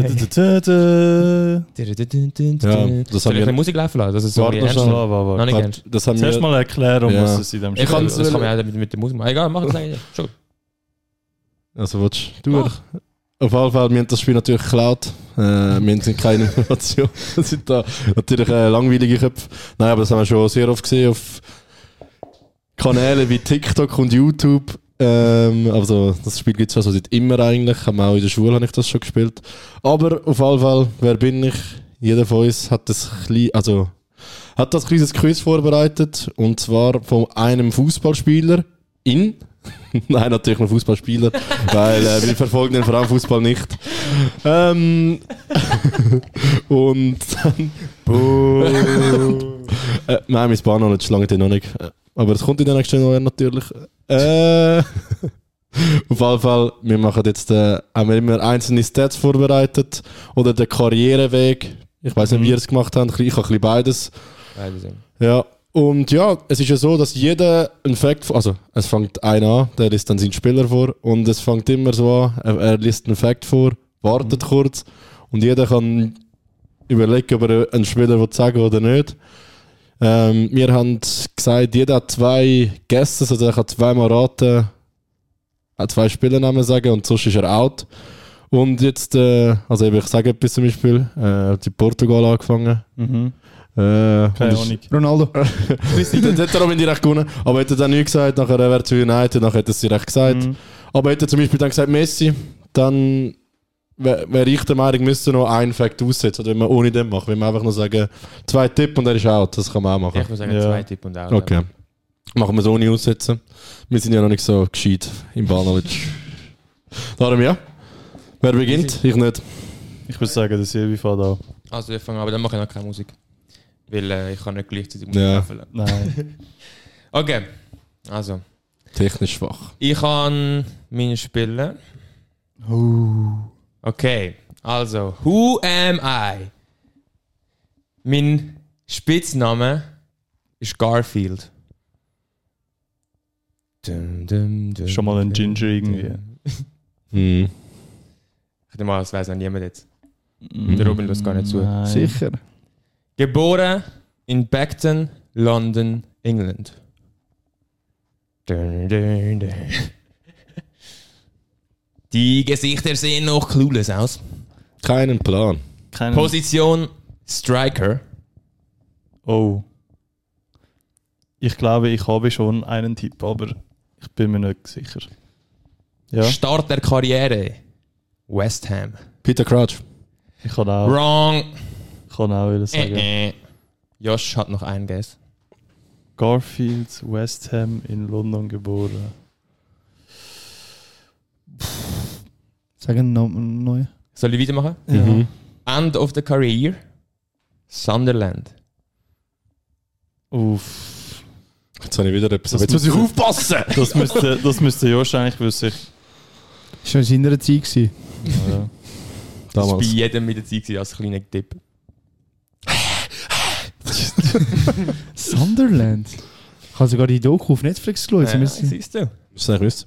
das Soll haben ich wir. eine Musik laufen lassen? Das ist so Warte ein bisschen noch ernst. schnell. Noch nicht ernst. Das haben Zuerst wir. mal erklären, um Ja. was es in dem Ich Spiel das kann man ja mit der Musik machen. Egal, mach das eigentlich. Schon. Also, willst du? Auf jeden Fall, wir haben das Spiel natürlich geklaut. Wir sind keine Innovation. Das sind da natürlich langweilige Köpfe. Nein, aber das haben wir schon sehr oft gesehen auf Kanälen wie TikTok und YouTube. Also, das Spiel gibt es schon so seit immer eigentlich. Auch in der Schule habe ich das schon gespielt. Aber auf jeden Fall, wer bin ich? Jeder von uns hat das kleines Quiz vorbereitet. Und zwar von einem Fußballspieler in. Nein, natürlich nur Fußballspieler, weil wir verfolgen den Frauenfußball nicht. Und dann. Nein, mein Bahn noch nicht, lange noch nicht. Aber es kommt in der nächsten Jahr natürlich. Auf jeden Fall, wir machen jetzt haben wir immer einzelne Stats vorbereitet oder den Karriereweg. Ich weiß nicht, wie ihr es gemacht habt. Ich habe ein bisschen beides. Ja. Und ja, es ist ja so, dass jeder ein Fact, also es fängt einer an, der liest dann seinen Spieler vor und es fängt immer so an, er liest einen Fact vor, wartet kurz und jeder kann überlegen, ob er einen Spieler sagen oder nicht. Wir haben gesagt, jeder hat 2 Guesses, also er kann zweimal raten, 2 Spielernamen sagen und sonst ist er out. Und jetzt, also ich sage etwas zum Beispiel, die Portugal angefangen. Keine Ahnung. Ronaldo. Jetzt hat er auch indirekt gewonnen, aber hätte er dann nicht gesagt, nachher wäre er zu United, nachher hätte er es direkt gesagt. Aber hätte er zum Beispiel dann gesagt Messi, dann wäre ich der Meinung, müsste noch einen Fact aussetzen, oder wenn man ohne den macht, wenn man einfach nur sagen, 2 Tipp und er ist out, das kann man auch machen. Ich würde sagen 2 Tipp und out. Okay. Machen wir es ohne aussetzen. Wir sind ja noch nicht so gescheit im Ball-Knowledge. Darum ja. Wer beginnt? Ich nicht. Ich würde sagen, der Silvi fährt an. Also ich fange an, aber dann mache ich noch keine Musik. Weil ich kann nicht gleichzeitig Musik Ja. erfüllen. Nein. Okay, also. Technisch schwach. Ich kann meine Spiele. Okay, also. Who am I? Mein Spitzname ist Garfield. Schon mal ein Ginger irgendwie. Hm. Ich denke mal, das weiß noch niemand jetzt. Der Robin lässt gar nicht zu. Nein. Sicher. Geboren in Beckton, London, England. Die Gesichter sehen noch clueless aus. Keinen Plan. Keine Position Striker. Oh. Ich glaube, ich habe schon einen Tipp, aber ich bin mir nicht sicher. Ja, Start der Karriere West Ham. Peter Crouch. ich kann auch, Wrong. sagen. Josh hat noch einen Guess. Garfield, West Ham, in London geboren. Sagen noch neu. Soll ich weitermachen? Mhm. End of the career Sunderland. Uff. Jetzt habe ich wieder etwas. Das Aber jetzt muss ich müsste- aufpassen! Das müsste Josh eigentlich wissen. Das war schon in seiner Zeit. Gewesen. Ja. Das war bei Damals. jedem mit der Zeit gewesen, als kleiner Tipp. Sunderland. Ich habe sogar die Doku auf Netflix geschaut. Ja, siehst du. Was soll ich wissen?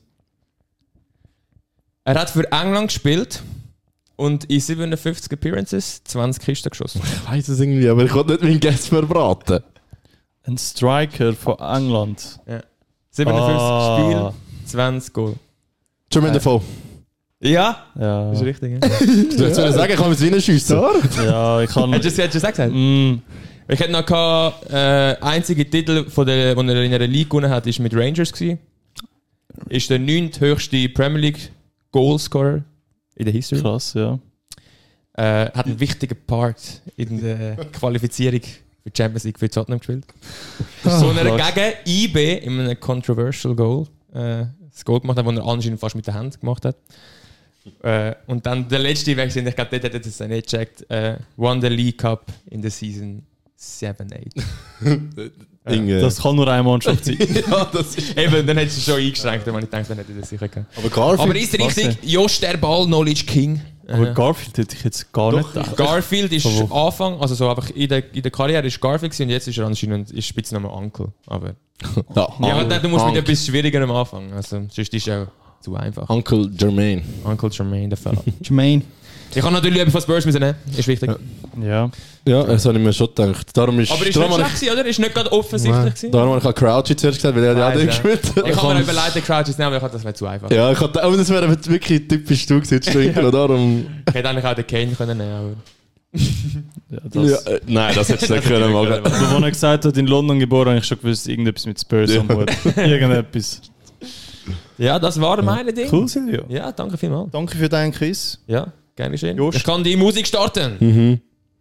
Er hat für England gespielt und in 57 Appearances 20 Kisten geschossen. Ich weiß es irgendwie, aber ich konnte nicht meinen Guess verbraten. Ein Striker von England. 57 Spiele, 20 Goal. Jermaine Defoe. Ja, Ja, ist richtig. Ja. Du soll sagen, ich kann mit Wiener schiessen. ja ich kann. Hättest du es gesagt? Mm, Ich hätte noch gehabt, einzige Titel, den er in einer League gewonnen hat, ist mit Rangers gewesen. Ist der 9. höchste Premier League Goalscorer in der History. krass, ja. Hat einen wichtigen Part in der Qualifizierung für die Champions League für Tottenham gespielt. So einer gegen IB in einem controversial Goal das Goal gemacht hat, das er anscheinend fast mit der Hand gemacht hat. Und dann der letzte Wechsel, ich glaube, dort hat er das nicht gecheckt. Won the League Cup in the Season 7-8. Das kann nur eine Mannschaft sein. Ja, das ist... Eben, dann hättest du schon eingeschränkt, wenn ich denke, dann hätte ich das sicher gehabt. Aber Garfield... Aber ist richtig, Josh der Ball-Knowledge King. Aber Garfield hätte ich jetzt gar nicht gedacht. Garfield ist Von wo? Anfang, also so einfach in der Karriere ist Garfield gewesen, und jetzt ist er anscheinend Spitzname Uncle. Aber Ja, du musst mit etwas Schwierigerem anfangen. Also, sonst ist es auch zu einfach. Uncle Jermaine. Uncle Jermaine, der Fella. Jermaine. Ich kann natürlich lieber von Spurs nehmen, ist wichtig. Ja. Ja, das habe ich mir schon gedacht. Darum ist... Aber ist darum nicht habe schlecht gewesen, oder? Ist nicht gerade offensichtlich gewesen? Darum habe ich auch Crouchy zuerst gesagt, weil er ja auch Weiss, nicht gespielt hat. Ich habe mir überlegt, den Crouch zu nehmen, aber ich dachte, das wäre zu einfach. Ja, aber das wäre wirklich typisch du gewesen, Stricker, darum... Ich hätte eigentlich auch den Kane können nehmen, Ja, das. Ja, nein, das hättest du nicht können machen. Also, als er gesagt hat, in London geboren, habe ich schon gewusst, irgendetwas mit Spurs am Hut. Irgendetwas. ja, das war meine Ding. Cool, Silvio. Ja, danke vielmals. Danke für deinen Quiz. Ja, gerne geschehen. Jost. Ich kann die Musik starten. Mhm.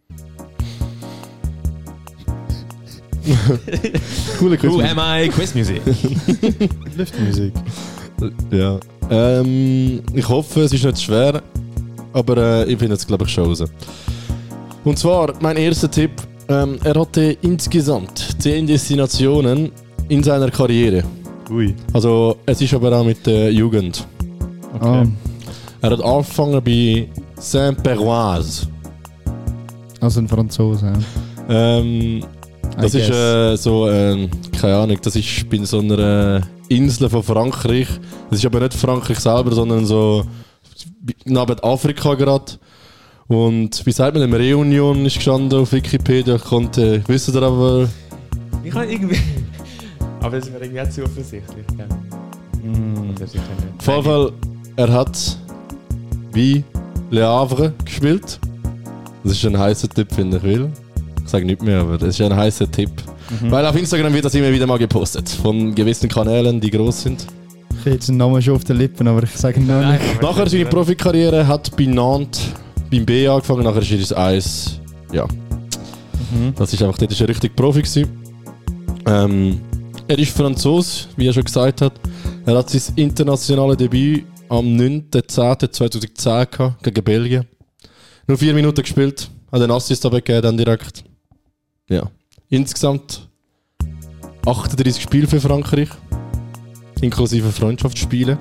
Coole Who Quiz. am I? Quiz Music. Liftmusik. Ja. Ich hoffe, es ist nicht zu schwer, aber ich finde es, glaube ich, schon raus. Und zwar, mein erster Tipp. Er hatte insgesamt 10 Destinationen in seiner Karriere. Ui. Also, es ist aber auch mit der Jugend. Okay. Er hat angefangen bei Saint-Perroise. Also ein Franzose. Das I ist guess. keine Ahnung, das ist bei so einer Insel von Frankreich. Das ist aber nicht Frankreich selber, sondern so neben Afrika gerade. Und wie sagt man, dem Reunion ist gestanden auf Wikipedia. Wisst ihr aber... Ich kann irgendwie. Aber das ist mir irgendwie auch zu offensichtlich. Ja. Oder sicher nicht. Auf jeden Fall, er hat bei Le Havre gespielt. Das ist ein heißer Tipp, finde ich. Ich sage nicht mehr, aber das ist ein heißer Tipp. Weil auf Instagram wird das immer wieder mal gepostet. Von gewissen Kanälen, die gross sind. Ich habe jetzt einen Namen schon auf den Lippen, aber ich sage ihn noch Nein, nicht. aber- Nachher seine Profikarriere hat bei Nantes beim B angefangen, nachher ist er ins Eis. Ja. Das ist einfach, dort ist er richtig Profi gewesen. Er ist Franzose, wie er schon gesagt hat. Er hat sein internationales Debüt am 9.10.2010 gehabt, gegen Belgien. Nur 4 Minuten gespielt, hat einen Assist aber gegeben, dann direkt. Ja. Insgesamt 38 Spiele für Frankreich, inklusive Freundschaftsspiele.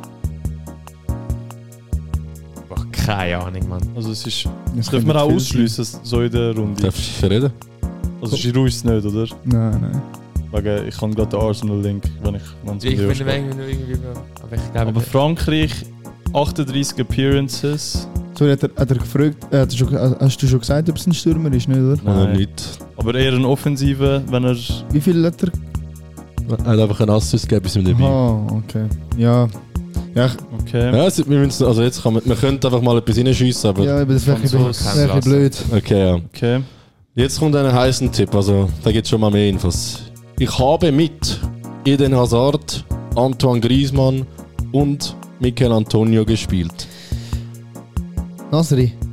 Boah, keine Ahnung, Mann. Also es ist... Das Darf man könnte auch viel ausschliessen, so in der Runde? Darf ich reden? Also Giroud ist es nicht, oder? sein. Nein. Wegen, ich habe gerade den Arsenal-Link, wenn es um Ich Leo bin geht. irgendwie. Aber ich glaube. Aber Frankreich, 38 Appearances. Sorry, hat er gefragt, hast du schon gesagt, ob es ein Stürmer ist, nicht, oder? Oder Nein. nicht? Aber eher eine Offensive, wenn er... Wie viel hat er? Er hat einfach einen Assist gegeben bis im Debüt. Ah, okay. Ja. Ja, Okay. Ja, wir müssen, also jetzt kann man könnte einfach mal etwas reinschiessen, aber... ja, aber das wäre ein bisschen Franzose wäre ein bisschen blöd. Okay, ja. Okay. Jetzt kommt ein heißen Tipp, also da gibt es schon mal mehr Infos. Ich habe mit Eden Hazard, Antoine Griezmann und Michael Antonio gespielt. Nasri.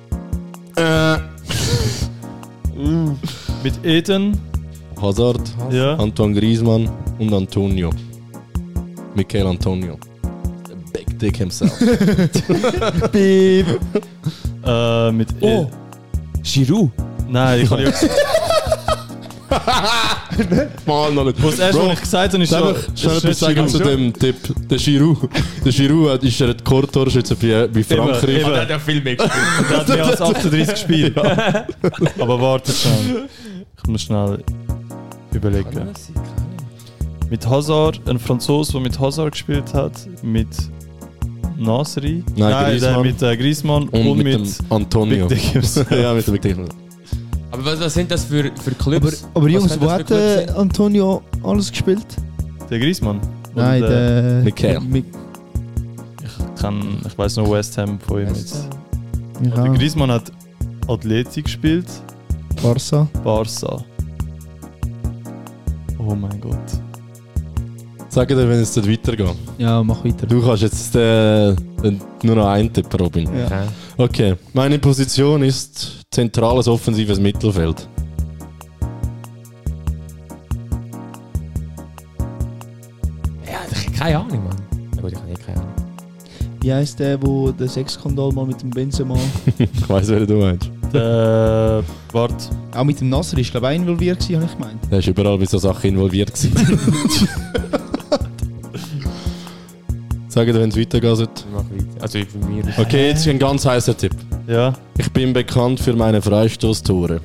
Mit Eden. Hazard, Ja. Antoine Griezmann und Antonio. Michael Antonio. The Big Dick himself. Piep. Mit Oh! Giroud! Nein, ich habe ja gesagt, Mal noch nicht. was erst, Bro, was ich gesagt habe, ist Darf schon... ich schon etwas sagen zu dem Tipp? Der Giroud. Der Giroud ist der Rekordtorschütze bei Frankreich. Eben. Aber der hat ja viel mehr gespielt. Der hat mehr als 38 Spiele. Aber warte schnell. Ich muss schnell überlegen. Mit Hazard, ein Franzose, der mit Hazard gespielt hat, mit Nasri, Griezmann. mit Griezmann Und mit dem mit Antonio. Big Dick himself. Ja, mit dem Big Dick. Aber was sind das für Clubs? Aber Was Jungs, können wo das für hat Clubs sein? Antonio alles gespielt? Der Griezmann? Oder Nein, der... Michael. Ich weiß noch West Ham von ihm jetzt. Ja, Der Griezmann hat Athletik gespielt, Barca. Barca. Oh mein Gott. Sag dir, wenn es dort weitergeht. Ja, mach weiter. Du kannst jetzt nur noch einen Tipp, Robin. Ja. Okay. Okay, meine Position ist zentrales offensives Mittelfeld. Ja, ich habe keine Ahnung, Mann. Ja, gut, ich habe keine Ahnung. Wie heisst der, wo der Sexskandal mal mit dem Benzema... Ich weiss, wer du meinst. Warte. auch mit dem Nasser ist, glaube ich, auch involviert gewesen, habe ich gemeint. Der ist überall bei so Sachen involviert gewesen. Sag dir, wenn es weitergehen sollte. Ich mache weiter. Also für mich. Okay, jetzt ein ganz heißer Tipp. Ja. Ich bin bekannt für meine Freistoßtore.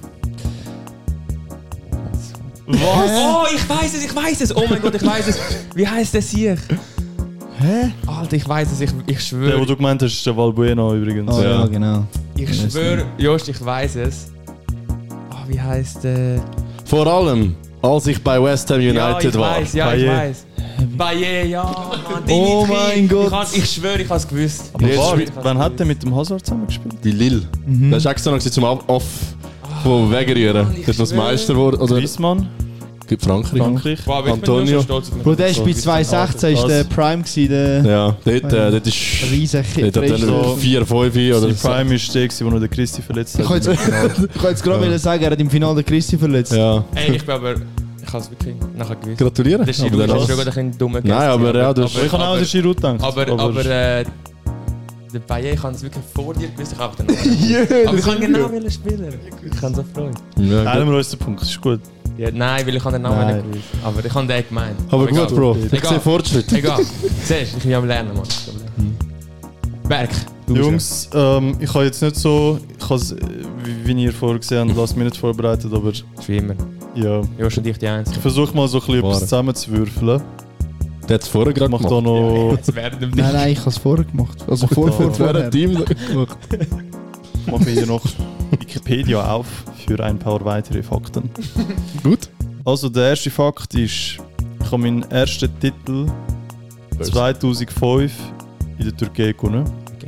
Was? Oh, ich weiß es! Oh mein Gott, ich weiß es! Wie heißt der Sieg? Hä? Alter, ich weiß es, ich Der, wo schwöre. du gemeint hast, ist der Valbuena übrigens. Ah, ja, Ja. genau. Ich schwöre, Jost, ich weiß es. Oh, wie heißt der? Vor allem, als ich bei West Ham United war. Ich Payet. weiß. Bayer, ja, Mann. Oh Dimitri. mein Gott. Ich schwöre, ich habe es gewusst. Aber Jetzt warte, spielt- wann hat der mit dem Hazard zusammen gespielt? Die Lille. Das war extra noch zum Off von Wegrühren. Mann, ich Das ist das schwöre. Meister geworden. Oder Griezmann, Frankreich. Frankreich. Wow, aber ich bin Antonio. nur schon stolz auf mich. Bro, der ist bei 2016 ist der Prime gewesen, der Ja, dort ist. riesige Dort hat er So- 4, 5 oder Sein so. Prime ist der, wo noch der Christi verletzt Ich hat. kann jetzt gerade Ja. sagen, er hat im Finale den Christi verletzt. Ja, Ey, ich bin aber... Ich habe es wirklich nachher gewusst. gratulieren. Das ist Aber schon dann- gerade ein bisschen dummer Nein, aber ja, du hast- Ich habe auch an den Giroud gedacht. Aber der Bayer kann es wirklich vor dir gewusst. Ich habe dann aber ich kann genau welchen Spieler. Ich kann so freuen. Ja, Teilen gut. wir uns den Punkt, ist gut. Ja, nein, weil ich habe den Namen Nein. nicht gewusst. Aber ich habe den gemeint. Aber gut, egal. Bro. Ich Egal. sehe Fortschritt. Egal. Siehst du, ich bin am Lernen, Mann. Berg, du bist Jungs, ich habe jetzt nicht so, wie ihr vorher gesehen habt, lasst mich nicht vorbereitet, aber dran. Wie immer. ja. Ja, schon dich die Einzige. Ich versuche mal so ein bisschen etwas Warte. zusammenzuwürfeln. Der hat es vorher Ich gerade mache da gemacht. noch, Jetzt werden wir Nein, ich habe es vorher gemacht. Also Vorher vorher. ein Team gemacht. mache hier noch Wikipedia auf für ein paar weitere Fakten. Gut. Also der erste Fakt ist, ich habe meinen ersten Titel 2005 in der Türkei gewonnen. Okay.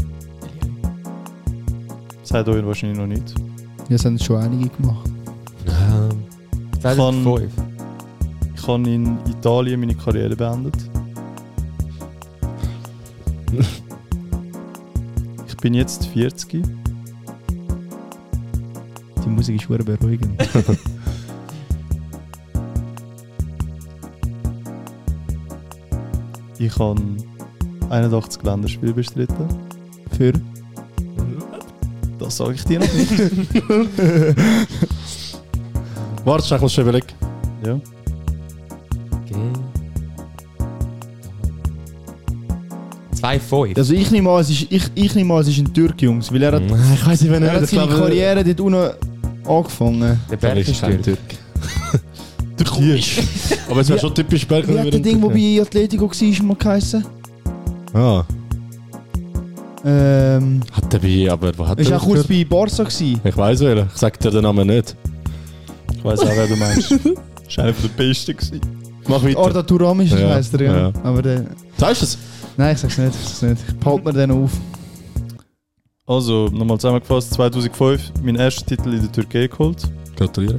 Das hat euch wahrscheinlich noch nicht. Ja, es haben schon einige gemacht. 2005. Ich habe in Italien meine Karriere beendet. Ich bin jetzt 40. Die Musik ist sehr beruhigend. Ich habe 81 Länderspiele bestritten. Für? Das sage ich dir noch nicht. Warte, schnell, ich muss schon überlegen. Ja. Okay. 2,5. Also ich nehme an, es ist ein Türk, Jungs. Weil er hat, Ich weiß nicht, wenn er hat seine Karriere dort unten angefangen. Der Berg ist kein Türk. Türkisch. Aber es wäre schon typisch Berg. Wie hat der Ding, wo bei Atletico war, mal geheißen? Ah, Ähm, hat der bei, aber wo hat er der war auch kurz aufgehört? bei Barca gewesen. Ich weiß welchen. Ich sag dir den Namen nicht. Ich weiß auch, wer du meinst. Das war einer der Besten. Mach weiter. Arda Turam ist Ja, heisst er, ja. ja. Aber der, Sagst du es? nein, ich sag's nicht. Ich behalte mir den auf. Also, nochmal zusammengefasst, 2005 meinen ersten Titel in der Türkei geholt. Gratuliere.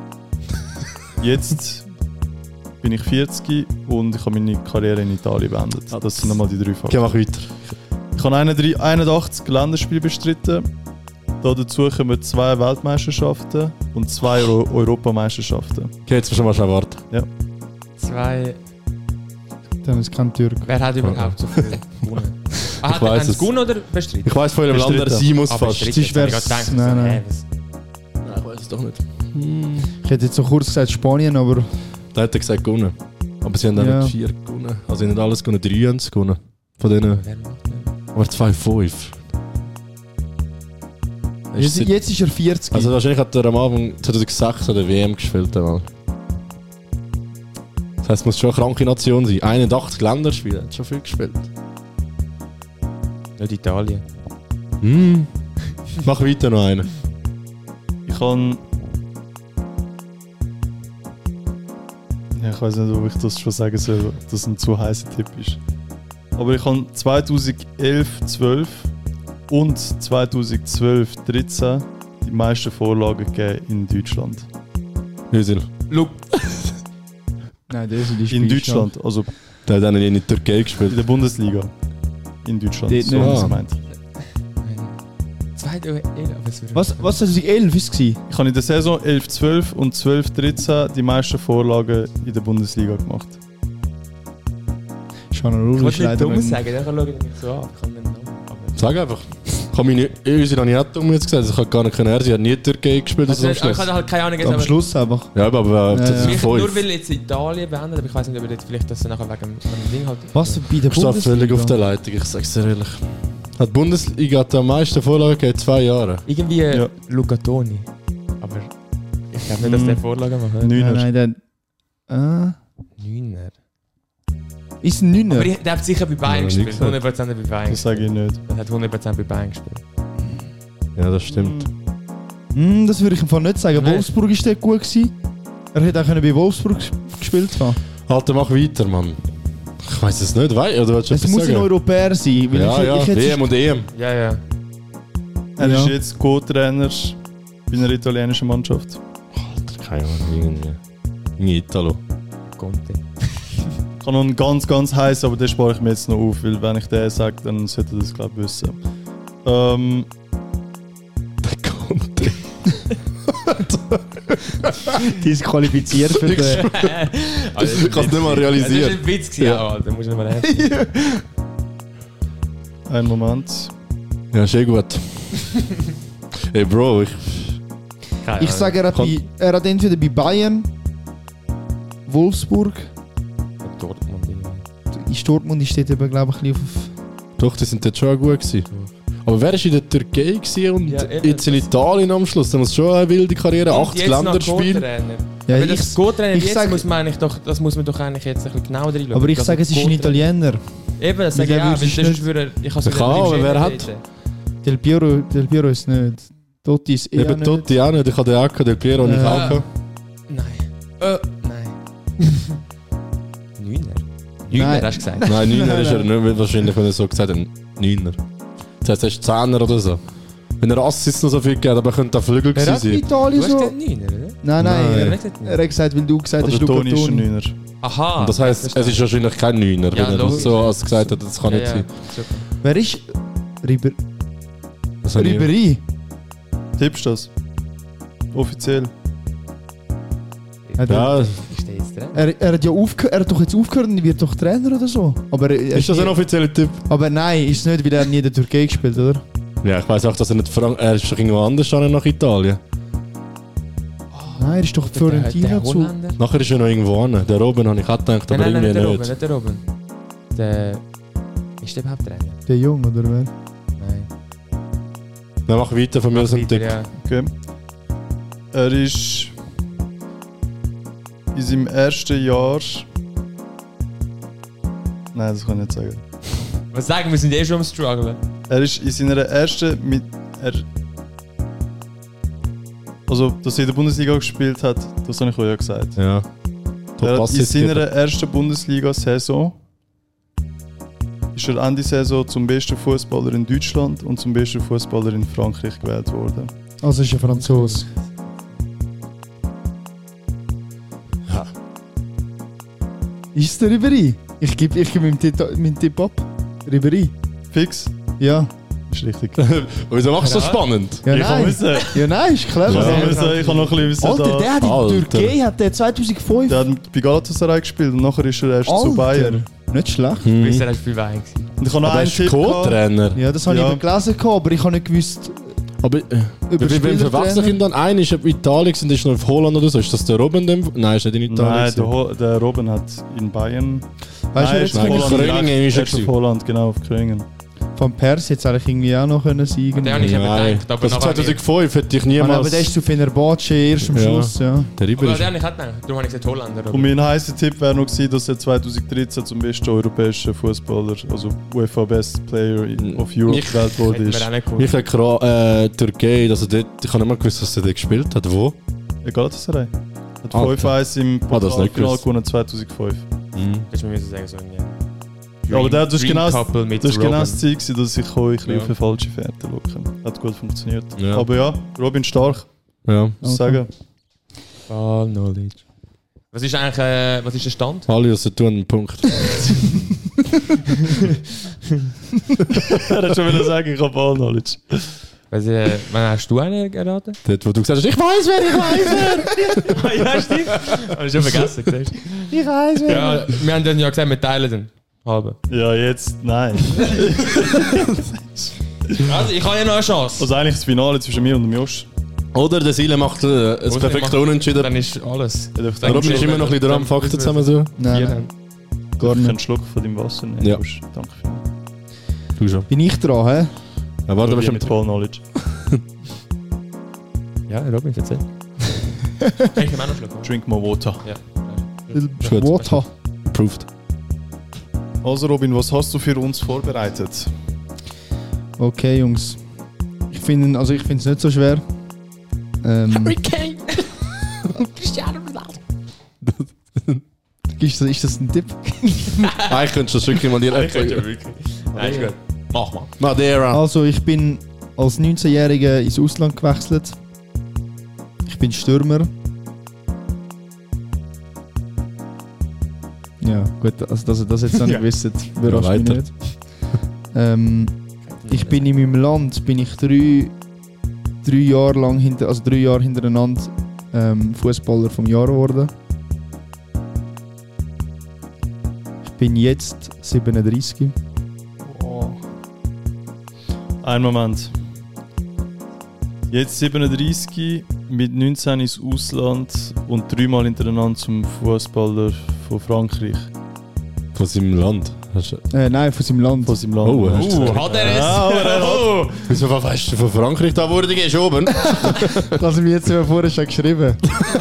Jetzt bin ich 40 und ich habe meine Karriere in Italien beendet. Das sind nochmal die 3 Fakten. Okay, mach weiter. Ich habe 81 Länderspiele bestritten. Da dazu kommen 2 Weltmeisterschaften und 2 Europameisterschaften. Okay, jetzt musst du mal schnell warten. 2. Dann ist kein Türk. Wer hat überhaupt so viel gewonnen? Ah, hat weiss er es. es gewonnen oder bestritten? Ich weiss von einem Bestritten. anderen Simons Ah, fast. bestritten. Sonst wär's- Jetzt habe ich nein, gerade nein. gedacht, Nein, ich weiß es doch nicht. Ich hätte jetzt so kurz gesagt Spanien, aber Da hat er gesagt gewonnen. Aber sie haben auch Ja. nicht 4 gewonnen. Also sie haben nicht alles gewonnen, 3 haben sie gewonnen. Von denen. wer macht denn? Aber 2,5. jetzt ist er 40. Also wahrscheinlich hat er am Anfang 2006 an der WM gespielt. Einmal. Das heisst, es muss schon eine kranke Nation sein. 81 Länderspiele, hat schon viel gespielt. Nicht Italien. Mach weiter noch einen. Ich habe. Ja, ich weiß nicht, ob ich das schon sagen soll, dass das ein zu heißer Tipp ist. Aber ich habe 2011, 12 und 2012, 13 die meisten Vorlagen gegeben in Deutschland. Özil. Look. Nein, der ist In Deutschland, also Der hat dann in der Türkei in gespielt. der Bundesliga. In Deutschland, Dort so nicht. habe ich es Ah. gemeint. 2011. Was 2011 ist es? Ich habe in der Saison 11, 12 und 12, 13 die meisten Vorlagen in der Bundesliga gemacht. Chanarulu Ich ist wollte nicht leider dumm nicht. sagen, dann schaue ich mich so an. Ich kann den Namen. Aber Sag einfach. Ich habe meine Özil habe ich nicht dumm jetzt gesagt. Ich habe gar nicht können. Sie hat nie in der Türkei gespielt. also, Also ich hatte halt keine Ahnung. Am aber Schluss einfach. ja, aber Ja, ja. vielleicht 2005. nur weil jetzt Italien beendet, aber ich weiß nicht, ob er jetzt vielleicht das nachher wegen dem Ding halt. Was bei der Ich stehe völlig auf der Leitung, ich sag's dir ehrlich. Hat die Bundesliga hat am meisten Vorlagen gegeben, 2 Jahre. Irgendwie Ja. Luca Toni. Aber ich glaube nicht, dass der Vorlagen macht. Neuner. Nein, dann. Neuner. Ist ein Neuner. Aber der hat sicher bei Bayern Ja, gespielt. nicht 100% bei Bayern Das sage ich nicht. Er hat 100% bei Bayern gespielt. Ja, das stimmt. Das würde ich im Fall nicht sagen. Nein. Wolfsburg war dort gut gewesen. Er hätte auch bei Wolfsburg gespielt haben. Alter, mach weiter, Mann. Ich weiß es nicht, oder willst du Es etwas muss ein sagen? Europäer sein. Weil Ja, ich hätte WM und EM. Ja, ja. Er Ja. ist jetzt Co-Trainer bei einer italienischen Mannschaft. Alter, keine Ahnung, irgendwie Italo. Conte. Kann noch ganz, ganz heiß, aber den spare ich mir jetzt noch auf, weil wenn ich den sage, dann sollte er das glaube ich wissen. Der Conte. disqualifiziert für den. Also, Ich kann es nicht mal das realisieren. war ein Witz, gewesen, Ja. Alter. Musst du nicht mal ernst. Einen Moment. Ja, ist eh gut. Ey, Bro, Ich sage, er hat entweder bei Bayern, Wolfsburg, Dortmund. in Dortmund ist dort eben, glaube ich, ein bisschen auf... Doch, die sind dort schon gut gewesen. Aber wer war in der Türkei gewesen und Ja, eben, jetzt in Italien am Schluss? Da muss schon eine wilde Karriere, 80 Länderspiele. Ja, Wenn das Co-Trainer ich jetzt sag- muss man eigentlich doch, das muss man doch eigentlich jetzt ein bisschen genauer reinschauen. Aber ich sage, es ist ein Italiener. Eben, das sage Mit ich dem auch, weil würdest das du ist für... Ich habe Ja, aber wer hat? Del Piero ist nicht. Totti ist Eben nicht. Totti auch nicht, ich hatte den auch gehabt, Del Piero nicht auch gehabt. Nein. Nein. Neuner? Neuner hast du gesagt? Nein, 9er ist er nicht, wahrscheinlich, wenn er so gesagt hat, 9er. Das heißt, er ist 10er oder so. Wenn er Assists noch so viel gegeben hat, aber er könnte auch Flügel Wer hat in gewesen sein. Du Italien hast so... gesagt Neuner, oder? Nein, Nein. er hat gesagt, weil du gesagt hast, Oder Luca Toni ist ein Toni. 9er. Aha. Und das heisst, es ist wahrscheinlich kein 9er, Ja, wenn er logisch. das so als gesagt hat, das kann nicht sein. Super. Wer ist... Das habe ich- Ribéry? Tippst du das? Offiziell. Ja, Ich stehe jetzt dran. Er hat ja er hat doch jetzt aufgehört und wird doch Trainer oder so. Aber, ist das ein offizieller Tipp? aber nein, ist es nicht, weil er nie in der Türkei gespielt, oder? Ja, ich weiss auch, dass er nicht er ist doch irgendwo anders nach Italien. Nein, er ist doch Fiorentina Der zu... Holländer? Nachher ist er noch irgendwo an. Der Robin habe ich auch gedacht, aber Nein, irgendwie nicht der nicht. Robin, nicht der Robin. Der... Ist der überhaupt Trainer? Der Jung, oder wer? Nein. Dann mach weiter von mir aus dem Tipp. Ja. Okay. Er ist in seinem ersten Jahr. Nein, das kann ich nicht sagen. Was sagen wir, sind eh schon am Strugglen. Er ist in seiner ersten. Also, dass er in der Bundesliga gespielt hat, das habe ich euch ja gesagt. Ja. Er hat in Top-Assist seiner gegeben. ersten Bundesliga-Saison ist er Ende Saison zum besten Fußballer in Deutschland und zum besten Fußballer in Frankreich gewählt worden. Also ist er Franzose. Ja. Ist es der Ribéry? Ich gebe meinen Tipp ab. Ribéry? Fix? Ja. Ist richtig. Wieso machst du das spannend? Ja, Ich kann nein. wissen. Ja, nein, ist clever. Ich kann noch ein bisschen Alter, wissen. der hat in der Alter. Türkei hat der 2005... Der hat bei Galatasaray gespielt und nachher ist er erst zu Alter. Bayern. Nicht schlecht. Bis er viel Wein gewesen. Und ich habe noch Aber er einen ist Tipp gehabt. Co-Trainer. Ja, das habe Ja. ich eben gelesen, aber ich habe nicht gewusst... Aber Über wie wem verwechsel ich ihn dann? Einer ist in Italien und ist noch auf Holland oder so. Ist das der Robin? Nein, ist nicht in Italien. Nein, gewesen. der Robin hat in Bayern. Weißt du, Nein, jetzt er ist Nein, auf Groningen Holland, ist er er ist auf gewesen. Holland, genau, auf Groningen. Van Persie jetzt eigentlich irgendwie auch noch können sein Den habe ich eben Nein, gedacht, aber das nachher 2005 hätte ich Aber niemals... der ist zu Fenerbahce erst am Ja. Schluss, ja. Der Riber Aber ist... den habe ich auch gedacht. Darum habe ich gesagt Holländer. Und mein heißer Tipp wäre noch gewesen, dass er 2013 zum besten europäischen Fußballer, also UEFA Best Player of Europe Ich- gewählt worden Hätten ist. wir auch nicht geholt. Ich habe Türkei, also dort, ich habe nicht mal gewusst, dass er dort gespielt hat. Wo? Galatasaray. Hat Alter. 5-1 im Ah, das nicht Pokalfinale gewusst. gewonnen 2005. Das müssen wir sagen, so irgendwie. Ja, aber das ist genau, Couple mit das ist genau Robin. das Ziel, gewesen, dass ich euch ein bisschen Ja. auf eine falsche Fährte locken. Hat gut funktioniert. Ja. Aber ja, Robin stark, Ja. muss ich sagen. Ball Knowledge. Was ist eigentlich was ist der Stand? Alle, was sie tun, einen Punkt. Er hat schon wieder sagen, ich habe Ball-Knowledge. Wann hast du einen geraten? Dort, wo du gesagt hast, ich weiß wer. Ja, stimmt. Habe ich schon vergessen. siehst du? Ich weiß nicht. Ja, wir haben dann ja gesagt, wir teilen den. Halbe. Ja, jetzt, nein. Also, ich habe ja noch eine Chance. Also eigentlich das Finale zwischen mir und dem Josh. Oder der Sile macht das perfekte Unentschieden. Dann ist alles. Ihr dürft Robin ist immer noch ein bisschen dran, Fakten zusammen so. Nein, nein. gar nicht. einen Schluck von deinem Wasser nehmen. Ja. Josh. Danke vielmals. Du schon. Bin ich dran, hä? Ja, warte, aber Probier schon. mit Ball-Knowledge. Ja, Robin, erzähl. Ich nehme auch noch Schluck. Drink more water. Ja. Ist gut. Water. Approved. Also Robin, was hast du für uns vorbereitet? Okay, Jungs. Ich finde es nicht so schwer. Kane! Cristiano Ronaldo! Ist das ein Tipp? Eigentlich könntest du das wirklich mal dir Wirklich. Nein, ist gut. Mach mal. Madeira. Also, ich bin als 19-Jähriger ins Ausland gewechselt. Ich bin Stürmer. Ja, gut, also dass ihr das jetzt noch nicht wisst, überrascht mich weiter. nicht. Ich bin in meinem Land, bin ich drei Jahre lang drei Jahre hintereinander Fußballer vom Jahr geworden. Ich bin jetzt 37. Ein Moment. Jetzt 37, mit 19 ins Ausland und 3-mal hintereinander zum Fußballer von Frankreich. Von seinem Land. Nein, von seinem Land. Von seinem Land. Oh, hast du Hat er es? Ja, aber er hat- Wieso weißt du von Frankreich da wurde ist oben? Das habe ich mir jetzt vorher schon geschrieben.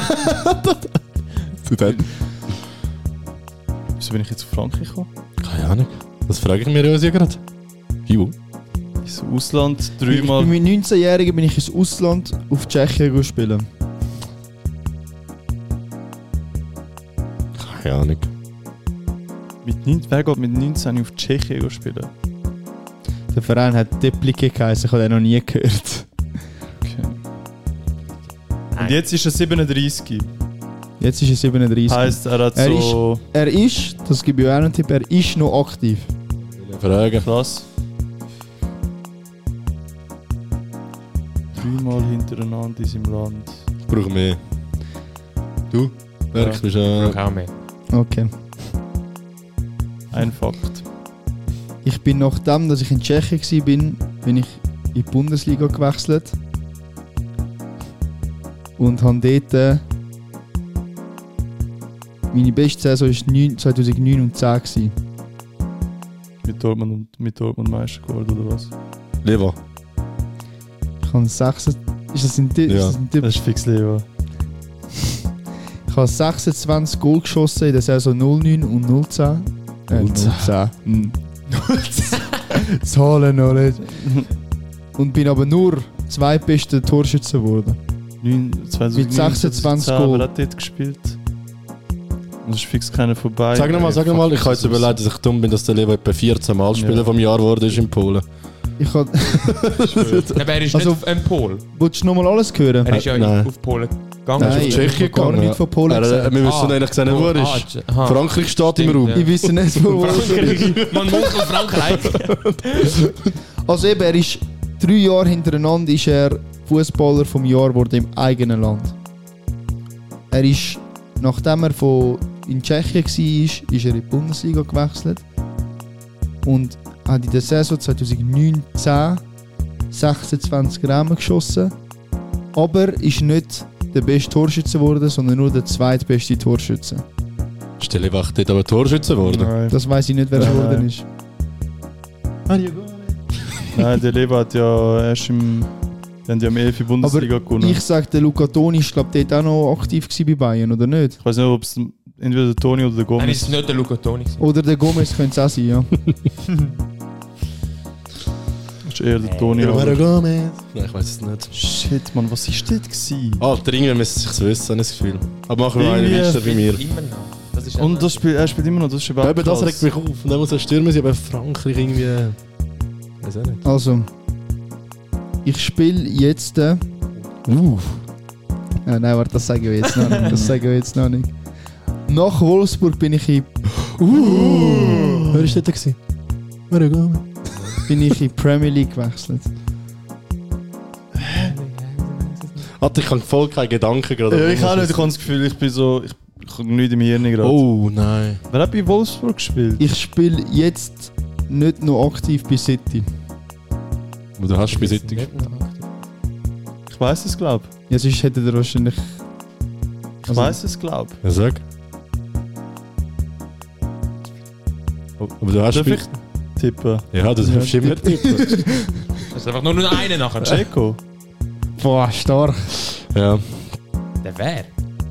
Du dann? Wieso bin ich jetzt auf Frankreich gekommen? Keine Ahnung. Das frage ich mir ja gerade. Jo. Ins Ausland Ich 3-mal. bin mit 19-Jährigen bin ich ins Ausland auf Tschechien spielen. Keine Ahnung. Wer geht mit 19 auf Tschechien spielen? Der Verein hat Deplike geheißen, ich habe den noch nie gehört. Okay. Und jetzt ist er 37. Jetzt ist er 37. Heisst, er hat Er so... Er ist, das gebe ich auch einen Tipp, er ist noch aktiv. Fragen. Krass. 3-mal hintereinander in seinem Land. Ich brauche mehr. Du? Merkst du, bist Auch mehr. Okay. Ein Fakt. Ich bin nachdem, dass ich in Tschechien war, bin ich in die Bundesliga gewechselt. Und habe dort... meine beste Saison war 2009 und 10 gewesen. Mit Dortmund Meister geworden, oder was? Lever. Ich habe 6... Ist das ein Tipp? Ja. Ist das ein Tipp? Das ist fix Leo. Ich habe 26 Goal geschossen in der Saison 09 und 010. 010. Zahlen noch nicht. Und bin aber nur zweitbester Torschütze geworden. 2009, Mit 26 Goal. Wer hat dort gespielt? Und es ist fix keiner vorbei. Sag nochmal. Ich habe jetzt überlegt, dass ich dumm bin, dass der Lever etwa 14 Mal Spieler vom Jahr geworden ist in Polen. Ich habe... Aber er ist Also- nicht ein Pol. Willst du nochmal alles hören? Er ist ja Nein. auf Polen gegangen. Nein, Nein, ist auf Tschechien ich habe gar gegangen. nicht von Polen gesagt. Wir wissen eigentlich nicht, wo er ist. Frankreich steht im Stimmt, Raum. ja. Ich weiß nicht, wo er ist. Frankreich. Man munkelt Frankreich. Also eben, er ist 3 Jahre hintereinander ist er Fußballer vom Jahr geworden im eigenen Land. Er ist, nachdem er in Tschechien war, ist er in die Bundesliga gewechselt und hat in der Saison 2009-10 26 Rahmen geschossen, aber ist nicht der beste Torschütze geworden, sondern nur der zweitbeste Torschütze. Ist der Lever dort aber Torschütze geworden? Nein. Das weiß ich nicht, wer er Nein. geworden ist. Nein, der Leo hat ja erst im... Die haben ja im 11. Bundesliga gewonnen. Ich sage, der Luca Toni ist glaube dort auch noch aktiv gewesen bei Bayern, oder nicht? Ich weiß nicht, ob es entweder der Toni oder der Nein, Gomez es ist nicht der Luca Toni. Oder der Gomez könnte es auch sein, ja. ist eher der Toni. Roberto aber- Gomez. Nein, ich weiß es nicht. Shit, Mann, was ist das gewesen? Alter, irgendwie müsste es sich wissen, habe ich das Gefühl. Aber machen wir noch eine Irgendwie- weiter bei mir. Immer noch. Das ist Und das er spielt immer noch, das ist Ja, eben das Weltklasse. regt mich auf. Und dann muss er stürmen, aber Frankreich irgendwie... Weiß auch nicht. Also, ich spiele jetzt. Nein, warte, das sage ich jetzt noch nicht. Das sage ich jetzt noch nicht. Nach Wolfsburg bin ich in Wer war dort? Roberto Gomez. bin ich in die Premier League gewechselt. Alter, ich habe voll keine Gedanken gerade. Ja, ich auch nicht, ich habe das Gefühl, ich bin so... Ich habe nichts im Hirn gerade. Oh, nein. Wer hat bei Wolfsburg gespielt? Ich spiele jetzt nicht noch aktiv bei City. Aber du hast besittigt. Ich weiss es, glaub. Ja, sonst hätte er wahrscheinlich. Ich Also- weiss es, glaub. Ja, sag. Aber du hast Darf ich tippen? Ja, du darfst immer tippen. Das ist einfach nur noch einer nachher. Dzeko? Boah, stark. Ja. Der wer?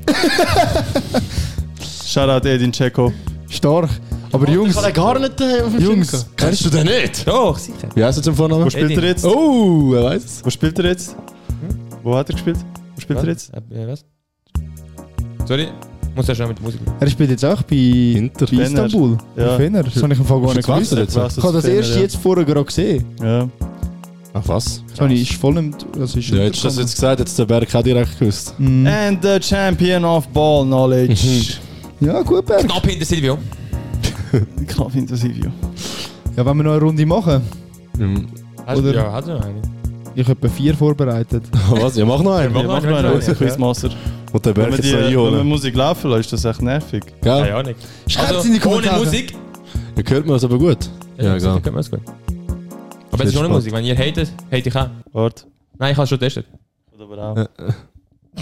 Shoutout Edin Dzeko. Stark. Aber Jungs, Ich kann gar nicht auf dem Jungs, Schirm gehen. Kennst du den nicht? Doch, sicher. Wie heißt er zum Vornamen? Wo spielt er jetzt? Oh, er weiß es. Wo spielt er jetzt? Wo hat er gespielt? Wo spielt er jetzt? Was? Sorry, muss ja schon mit der Musik. er spielt jetzt auch bei Inter. bei Istanbul. Ja. Bei Fener. Das habe ich im Fall gar nicht Hast du gewusst. gewechselt jetzt? Ich habe das erst jetzt vorher gerade gesehen. Ja. Ach was? Das habe ich ist voll im. Das ist Ja, jetzt hast du jetzt gesagt, jetzt der Berg auch direkt gewusst. Mhm. And the champion of ball knowledge. Ja, gut, Berg. Knapp hinter Silvio. Knapp hinter Silvio. Ja, wenn wir noch eine Runde machen. Oder- Ja, hat er noch eine. Ich habe etwa 4 vorbereitet. Was? Ja, mach noch einen. Ja, Ja, mach wir noch einen, noch unser einen, ja. Quizmaster. Und der Wenn Berg wir, jetzt die, noch wenn wir einholen. Musik laufen lassen, ist das echt nervig. Gell? Ja, nicht. Schreibt in die Also, ohne Kommentare. Musik. Ja, hört man es aber gut. Ja, sicher egal. können wir es gut. Aber es ist ohne Spannend. Musik. Wenn ihr hatet, hate ich auch. Warte. Nein, ich habe es schon getestet. Aber auch.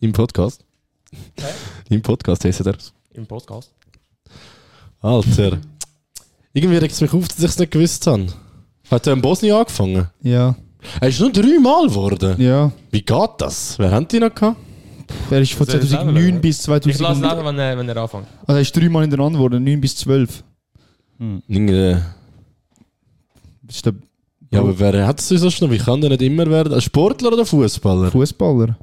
Im Podcast. Im Podcast heisst er. Im Podcast. Alter. Irgendwie regt es mich auf, dass ich es nicht gewusst habe. Hat er in Bosnien angefangen? Ja. Er ist nur 3 Mal geworden. Ja. Wie geht das? Wer hat die noch gehabt? Er ist von Soll ich 2009 sagen, bis Ich lasse 2000. lesen, wenn er anfängt. Also er ist 3 Mal hintereinander geworden, 9 bis 12. Irgendwie. Das ist der Ja, aber wer hat es so schnell? Wie kann der nicht immer werden? Ein Sportler oder Fußballer? Fußballer.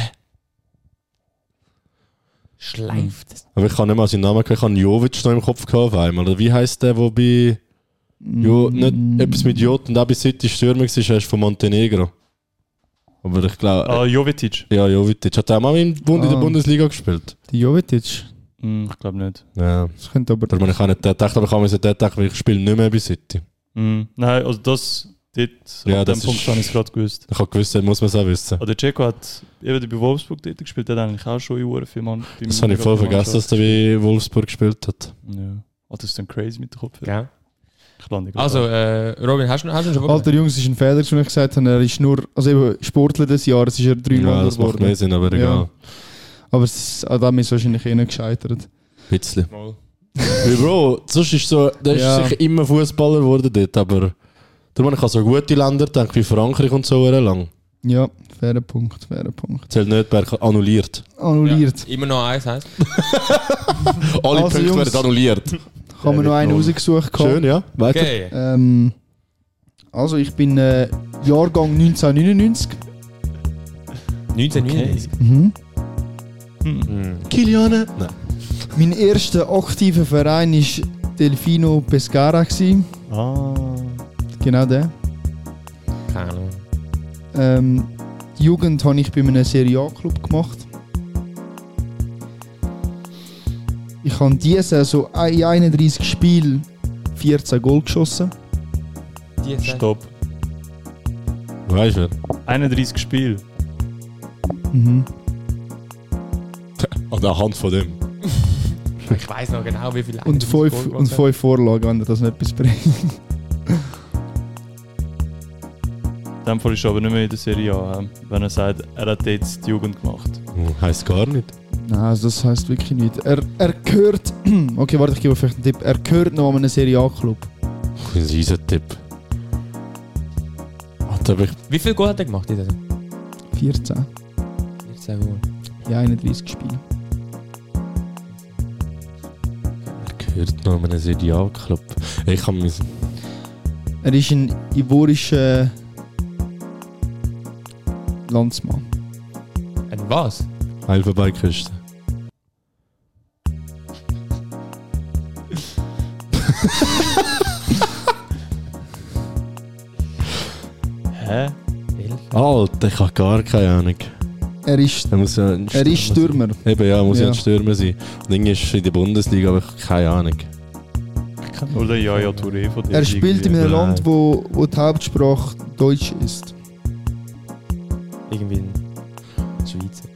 Schleift es. Aber ich kann nicht mal seinen Namen gehört. Ich habe Jovic noch im Kopf gehabt auf einmal. Oder wie heisst der, der bei. Nicht etwas mit J und auch bis heute Stürmer war, er ist von Montenegro. Aber ich glaube. Jovetic. Ja, Jovic. Hat er auch mal in der Bundesliga gespielt? Die Jovetic. Ich glaube nicht. Ja. Das könnte aber. Da habe ich auch nicht gedacht, aber ich habe mir gedacht, weil ich spiele nicht mehr bei City. Nein, also das. Dort, Ja, an das dem Punkt ist- habe ich es gerade gewusst. Ich habe gewusst, muss man es auch wissen. Aber der Dzeko hat eben bei Wolfsburg dort gespielt, der hat eigentlich auch schon in viel Mann. Das habe ich voll vergessen, dass der bei Wolfsburg gespielt hat. Ja. Oh, das ist dann crazy mit dem Kopf. Gell? Ich lande gerade Also, da. Robin, hast du ihn schon Alter Jungs, es ist ein Fehler, was ich gesagt habe. Er ist nur, also eben Sportler des Jahres ist er 3 Ja, Mal das macht mehr geworden. Sinn, aber Ja. egal. Aber an dem ist wahrscheinlich eh nicht gescheitert. Ein bisschen. Weil Bro, sonst ist so, der Ja. ist sicher immer Fußballer geworden dort, aber darum habe ich an so gute Länder gedacht, wie Frankreich und so lang. Ja, fairer Punkt, fairer Punkt. Zählt nicht, wer annulliert. Annulliert. Immer noch eins heisst. Alle Also, Punkte Jungs. werden annulliert. Haben wir noch einen rausgesucht. gehabt. Schön, ja. Weiter. Okay. Also ich bin Jahrgang 1999. 1999. Mhm. Kiliane? Nein. Mein erster aktiver Verein war Delfino Pescara. gewesen. Genau der. Keine Ahnung. Die Jugend habe ich bei einem Serie A-Club gemacht. Ich habe diese Saison in 31 Spielen 14 Goal geschossen. Die Stopp. Weißt du? 31 Spiele. Mhm. An der Hand von dem. Ich weiss noch genau, wie viel. Und 5 Vorlagen, wenn ihr das nicht etwas bringt. In dem Fall ist er aber nicht mehr in der Serie A, wenn er sagt, er hat jetzt die Jugend gemacht. Heißt gar nicht. Nein, also das heisst wirklich nicht. Er gehört. Okay, warte, ich gebe vielleicht einen Tipp. Er gehört noch an einen Serie A-Club. Ein riesen Tipp. Alter, aber ich Wie viel Goal hat er gemacht in dieser Saison? 14. 14 Goal. In 31 Spielen. gehört noch an einen Serialclub. Ich kann mich... Er ist ein ivorischer Landsmann. Ein was? Elfenbeinküste. Hä? Alter, ich habe gar keine Ahnung. Er ist Stürmer Stürmer. sein. Eben, ja, muss ja Ja. ein Stürmer sein. Und irgendwie ist er in der Bundesliga, aber ich habe keine Ahnung. Oder Yaya Touré von dir. Er spielt in einem Nein. Land, wo die Hauptsprache Deutsch ist. Irgendwie ein Schweizer.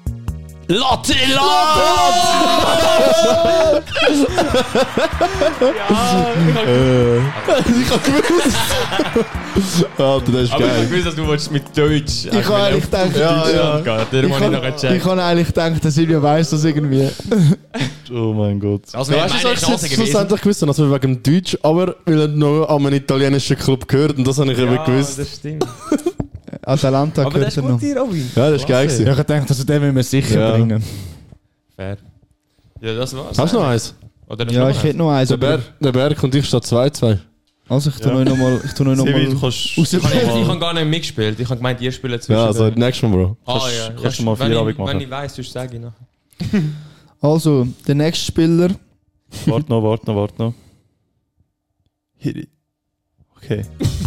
Ich habe gewusst! Alter, das ist Aber ich geil. habe gewusst, dass du willst mit Deutsch. Ich habe eigentlich gedacht, Darum habe ich noch gecheckt. ich habe eigentlich gedacht, dass Silvia weiss das irgendwie. Oh mein Gott. Also, Ja, weißt du, meine was ich Chance jetzt gewesen. schlussendlich gewusst habe? Also wegen dem Deutsch, aber weil er noch an einen italienischen Club gehört und das habe ich eben Ja, gewusst. das stimmt. Atalanta Aber das gehört ist er gut noch. dir, Robin. Ja, das ist geil Klasse. gewesen. Ja, ich dachte, dass den müssen wir sicher Ja. bringen. Fair. Ja, das war's. Hast du noch eins? Oder hast du Ja, noch ich eins? hätte noch eins. Der Berg und ich steht 2-2. Also ich tue Ja. euch nochmal. Ich tue euch Sevi, du nochmal. kannst... Ich habe gar nicht mitgespielt. Ich habe gemeint, ihr spielt zwischen... Ja, also den- nächstes Mal, Bro. kannst du mal wenn 4 ich- Abend machen. Wenn ich weiss, sonst sage ich nachher. Also, der nächste Spieler. Warte noch. Hit it. Okay.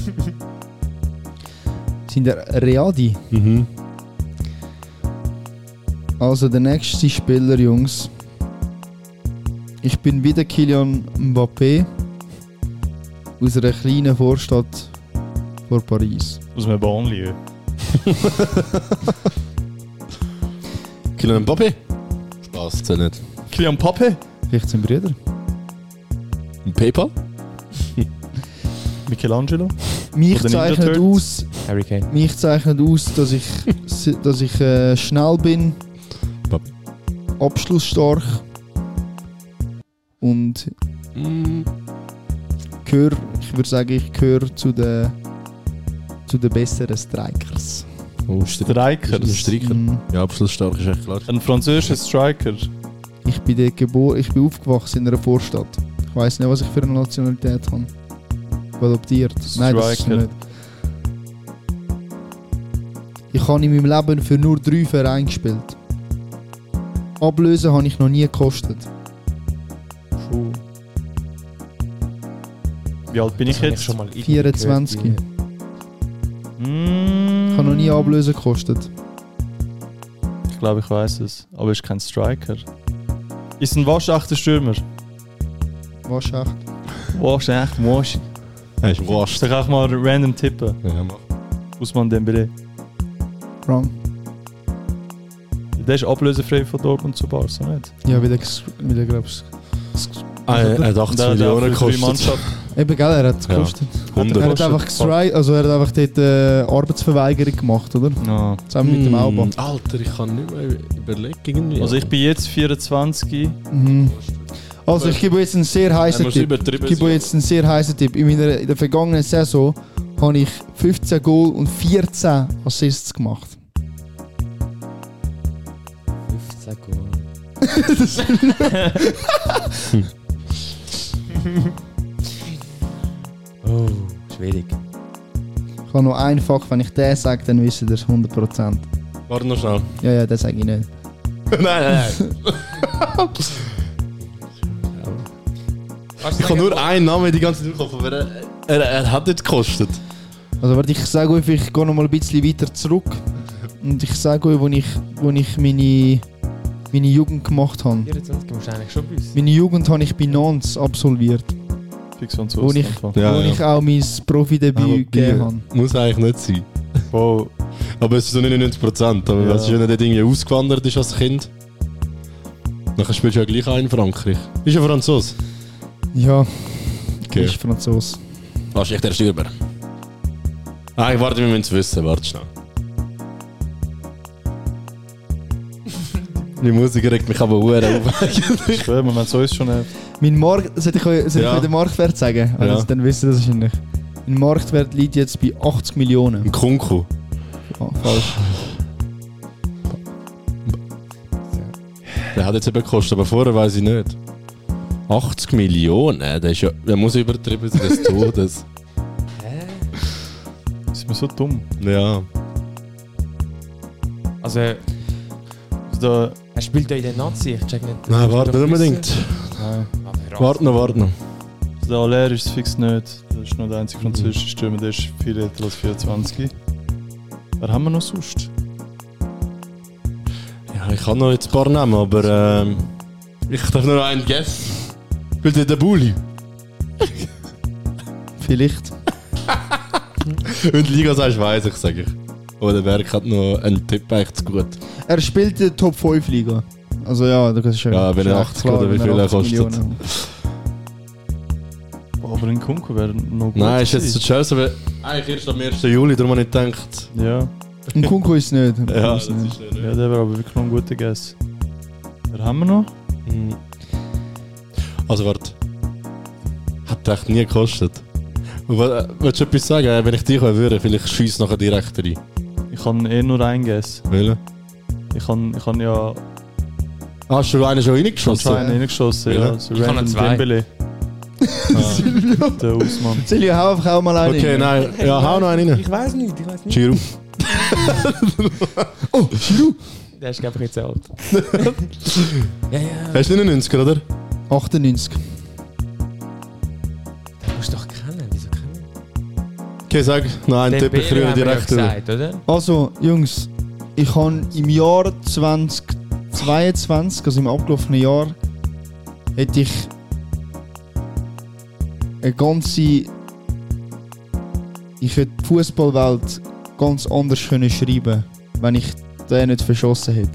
Sind der Readi. Mhm. Also der nächste Spieler, Jungs. Ich bin wieder Kylian Mbappé aus einer kleinen Vorstadt vor Paris. Aus einem Banlieue. Kylian Mbappé? Spaß, zählt nicht. Kylian Pape? Vielleicht sind Brüder. PayPal? Michelangelo? Mich Oder Ninja zeichnet Turtles? aus, Harry Kane. dass ich schnell bin Papi. abschlussstark und ich würde sagen, ich gehöre zu den besseren Strikers. Oh, Striker. Striker. Ja, abschlussstark ist echt klar. Ein französischer Striker. Ich bin dort geboren, ich bin aufgewachsen in einer Vorstadt. Ich weiss nicht, was ich für eine Nationalität habe. Adoptiert. Nein, das ist Striker. nicht. Ich habe in meinem Leben für nur 3 Vereine gespielt. Ablösen habe ich noch nie gekostet. Puh. Wie alt bin ich Das habe jetzt? schon mal irgendwie 24. gehört. Ich habe noch nie Ablösen gekostet. Ich glaube, ich weiß es. Aber ist kein Striker. Ist ein waschechter Stürmer. Was echt? Waschecht, wasch. Er ist wascht. Soll ich auch mal random tippen? Ja, mach. Ousmane Dembélé. Wrong. Der ist ablösefrei von Dortmund zu Barca, nicht? Ja, wieder glaubst Er hat 80 Der Millionen hat auch für 3 gekostet. Mannschaften. Eben, gell, er hat es Ja. gekostet. 100. Er hat einfach er hat einfach dort Arbeitsverweigerung gemacht, oder? Ja. Zusammen mit dem Auba. Alter, ich kann nicht mehr überlegen irgendwie. Also ich bin jetzt 24. Also ich gebe jetzt einen sehr heißen muss Tipp. übertrieben Ich gebe sein. jetzt einen sehr heißen Tipp. In der vergangenen Saison habe ich 15 Goal und 14 Assists gemacht. 15 Goal. Oh, schwierig. Ich habe noch einen Fakt, wenn ich den sage, dann wissen ihr es 100%. Warte noch schnell. Ja, den sage ich nicht. nein. Ich habe nur einen Namen die ganze Zeit im Kopf, aber er hat nicht gekostet. Also warte, ich sage euch, ich gehe noch mal ein bisschen weiter zurück. Und ich sage euch, wo ich meine Jugend gemacht habe. 24 musst du eigentlich schon wissen. Meine Jugend habe ich bei Nantes absolviert, Fix und so. wo ich auch mein Profidebüt gegeben habe. Muss eigentlich nicht sein. Wow. Aber es ist so 99%. Aber Ja. was ist, wenn er dort irgendwie ausgewandert ist als Kind? Dann spielst du ja gleich auch in Frankreich. Ist ja Franzose. Ja, Okay. ist Franzose. Was ist der Stürmer? Ah, warte, wir müssen es wissen. Warte schnell. Die Musik regt mich aber verdammt auf. Ich schwöre, wir haben es uns schon... Mein soll ich euch den Marktwert sagen? Ja. Also, dann wisst ihr das wahrscheinlich. Mein Marktwert liegt jetzt bei 80 Millionen. Ein Kunku. Ah, falsch. Der hat jetzt eben gekostet, aber vorher weiß ich nicht. 80 Millionen? Der muss übertrieben sein des Todes. Ist mir so dumm. Ja. Also, Da, er spielt ja in der Nazi, ich check nicht. Nein, warte nicht unbedingt. Warte noch. der Aller ist es fix nicht. Das ist noch der einzige französische Stürmer, der ist viel älter als 24. Wer haben wir noch sonst? Ja, ich habe noch jetzt ein paar Namen, aber ich darf nur noch einen guess. Spielt der Bulli? Vielleicht. Wenn du Liga sagst, weiss ich, sage ich. Aber der Berg hat noch einen Tipp echt zu gut. Er spielt in der Top 5 Liga. Also ja, das ist schon. Ja, wenn er 80 oder wie viel er kostet. Aber ein Kunku wäre noch gut. Nein, ist jetzt gewesen. zu Chelsea, aber eigentlich erst am 1. Juli, darum habe ich gedacht. Ja. Ein Kunku ist es nicht. Ja, das ist nicht. Ja, der wäre aber wirklich noch ein guter Guess. Wer haben wir noch? Also warte. Hat echt nie gekostet. Willst du etwas sagen? Wenn ich dich würde, vielleicht schiesse nachher direkt rein. Ich kann nur einen Guess. Welchen? Ich kann ja Hast du einen schon reingeschossen? schon einen reingeschossen. Ja, so Ich kann random noch zwei. Dembélé. Der Ousmane. Silvio, hau einfach auch mal einen. Okay, nein. Ja, hau noch einen rein. Ich weiß nicht. Giro. Oh, Giroud. Der ist, glaube ich, jetzt alt. Ja, ja. Hast du 99, oder? 98. Den musst du doch kennen. Wieso kennen? Okay, sag noch einen Tipp, ich rühre direkt über. gesagt, oder? Also, Jungs, ich habe im Jahr 2022, also im abgelaufenen Jahr, hätte ich eine ganze. Ich hätte die Fußballwelt ganz anders können schreiben, wenn ich den nicht verschossen hätte.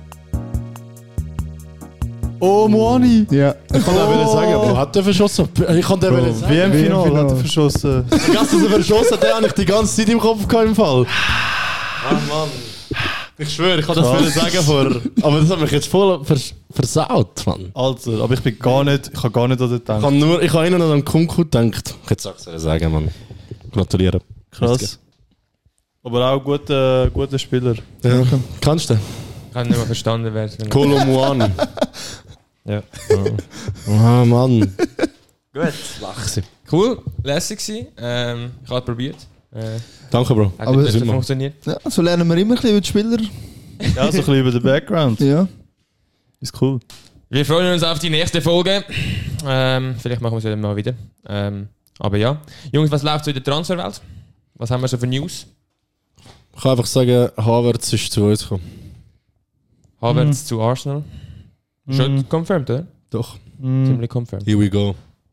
Oh, Moani! Ja. Ich kann auch sagen, aber hat der verschossen? Ich kann den sagen. WM-Final hat er verschossen. Die ganze Zeit verschossen, den habe ich die ganze Zeit im Kopf gehabt im Fall. Ah, Mann. Ich schwöre, ich kann das nicht sagen vor. Aber das hat mich jetzt voll versaut, Mann. Alter, aber ich habe gar nicht an den gedacht. Ich habe innen an den Kunku gedacht. Ich hätte es auch sagen, Mann. Gratulieren. Krass. Aber auch guter Spieler. Ja. Kannst du? Ich habe nicht mehr verstanden, wer es Kolo Muan. Ja. Ah, Mann. Gut. Lachse. Cool, lässig gewesen. Ich habe es probiert. Danke, Bro. Hat Aber nicht super. funktioniert. Ja, so lernen wir immer ein bisschen über die Spieler. Ja, so ein bisschen über den Background. Ja. Ist cool. Wir freuen uns auf die nächste Folge. Vielleicht machen wir es ja mal wieder. Aber ja. Jungs, was läuft so in der Transferwelt? Was haben wir so für News? Ich kann einfach sagen, Havertz ist zu uns gekommen. Havertz zu Arsenal. Schon confirmed, oder? Doch. Ziemlich confirmed. Here we go.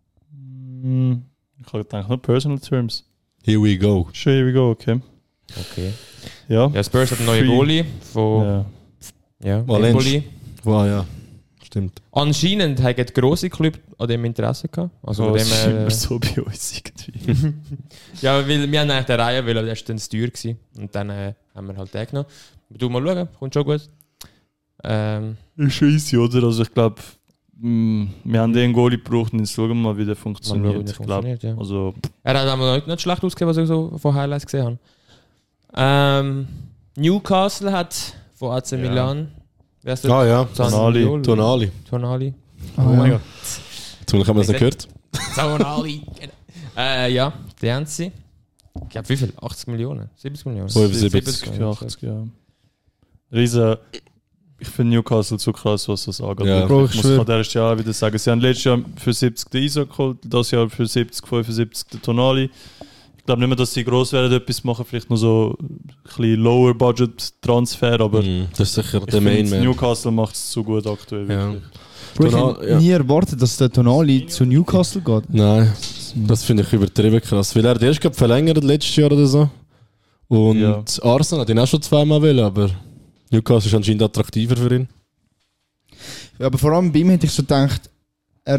Ich habe gedacht, nur Personal Terms. Here we go. Sure, here we go, okay. Okay. Ja. Ja, Spurs hat einen neuen Goalie von Valencia. Empoli. Wow, ja. Stimmt. Anscheinend haben grosse Clubs an dem Interesse gehabt. Also Oh, von das ist immer dem, so bei uns irgendwie. ja, weil wir haben eigentlich den Reihe, weil der war dann zu teuer gewesen. Und dann haben wir halt den genommen. Aber du mal schauen, kommt schon gut. Ist schon easy, oder? Also ich glaube, wir haben den Goalie gebraucht und jetzt schauen wir mal, wie der funktioniert. Mal schauen, wie der Ich glaube, funktioniert, ja. also Er hat aber nicht schlecht ausgesehen, was ich so von Highlights gesehen habe. Newcastle hat von AC Milan. Wer ist Ah ja. Tonali. Tonali. Oh mein Gott. Zum Glück haben wir es nicht gehört. Tonali. ja, die haben sie. Ich glaube, wie viel? 80 Millionen? 70 Millionen? 75, 80, ja. Riesen. Ich finde Newcastle so krass, was das angeht. Ja. Wirklich, ich muss an dieser Stelle auch wieder sagen. Sie haben letztes Jahr für 70 den Iso geholt, das Jahr für 70, 75 den Tonali. Ich glaube nicht mehr, dass sie gross werden, etwas machen, vielleicht noch so ein bisschen Lower-Budget-Transfer, aber Das ist sicher ich der Main finde, Man. Newcastle macht es so gut aktuell. Ja. Wirklich. Bro, ich Tonali, hätte ja. nie erwartet, dass der Tonali zu Newcastle geht. Nein, das finde ich übertrieben krass. Weil er erst gerade verlängert letztes Jahr oder so. Und Ja. Arsenal hat ihn auch schon zweimal wollen, aber Newcastle ist anscheinend attraktiver für ihn. Ja, aber vor allem bei ihm hätte ich so gedacht, er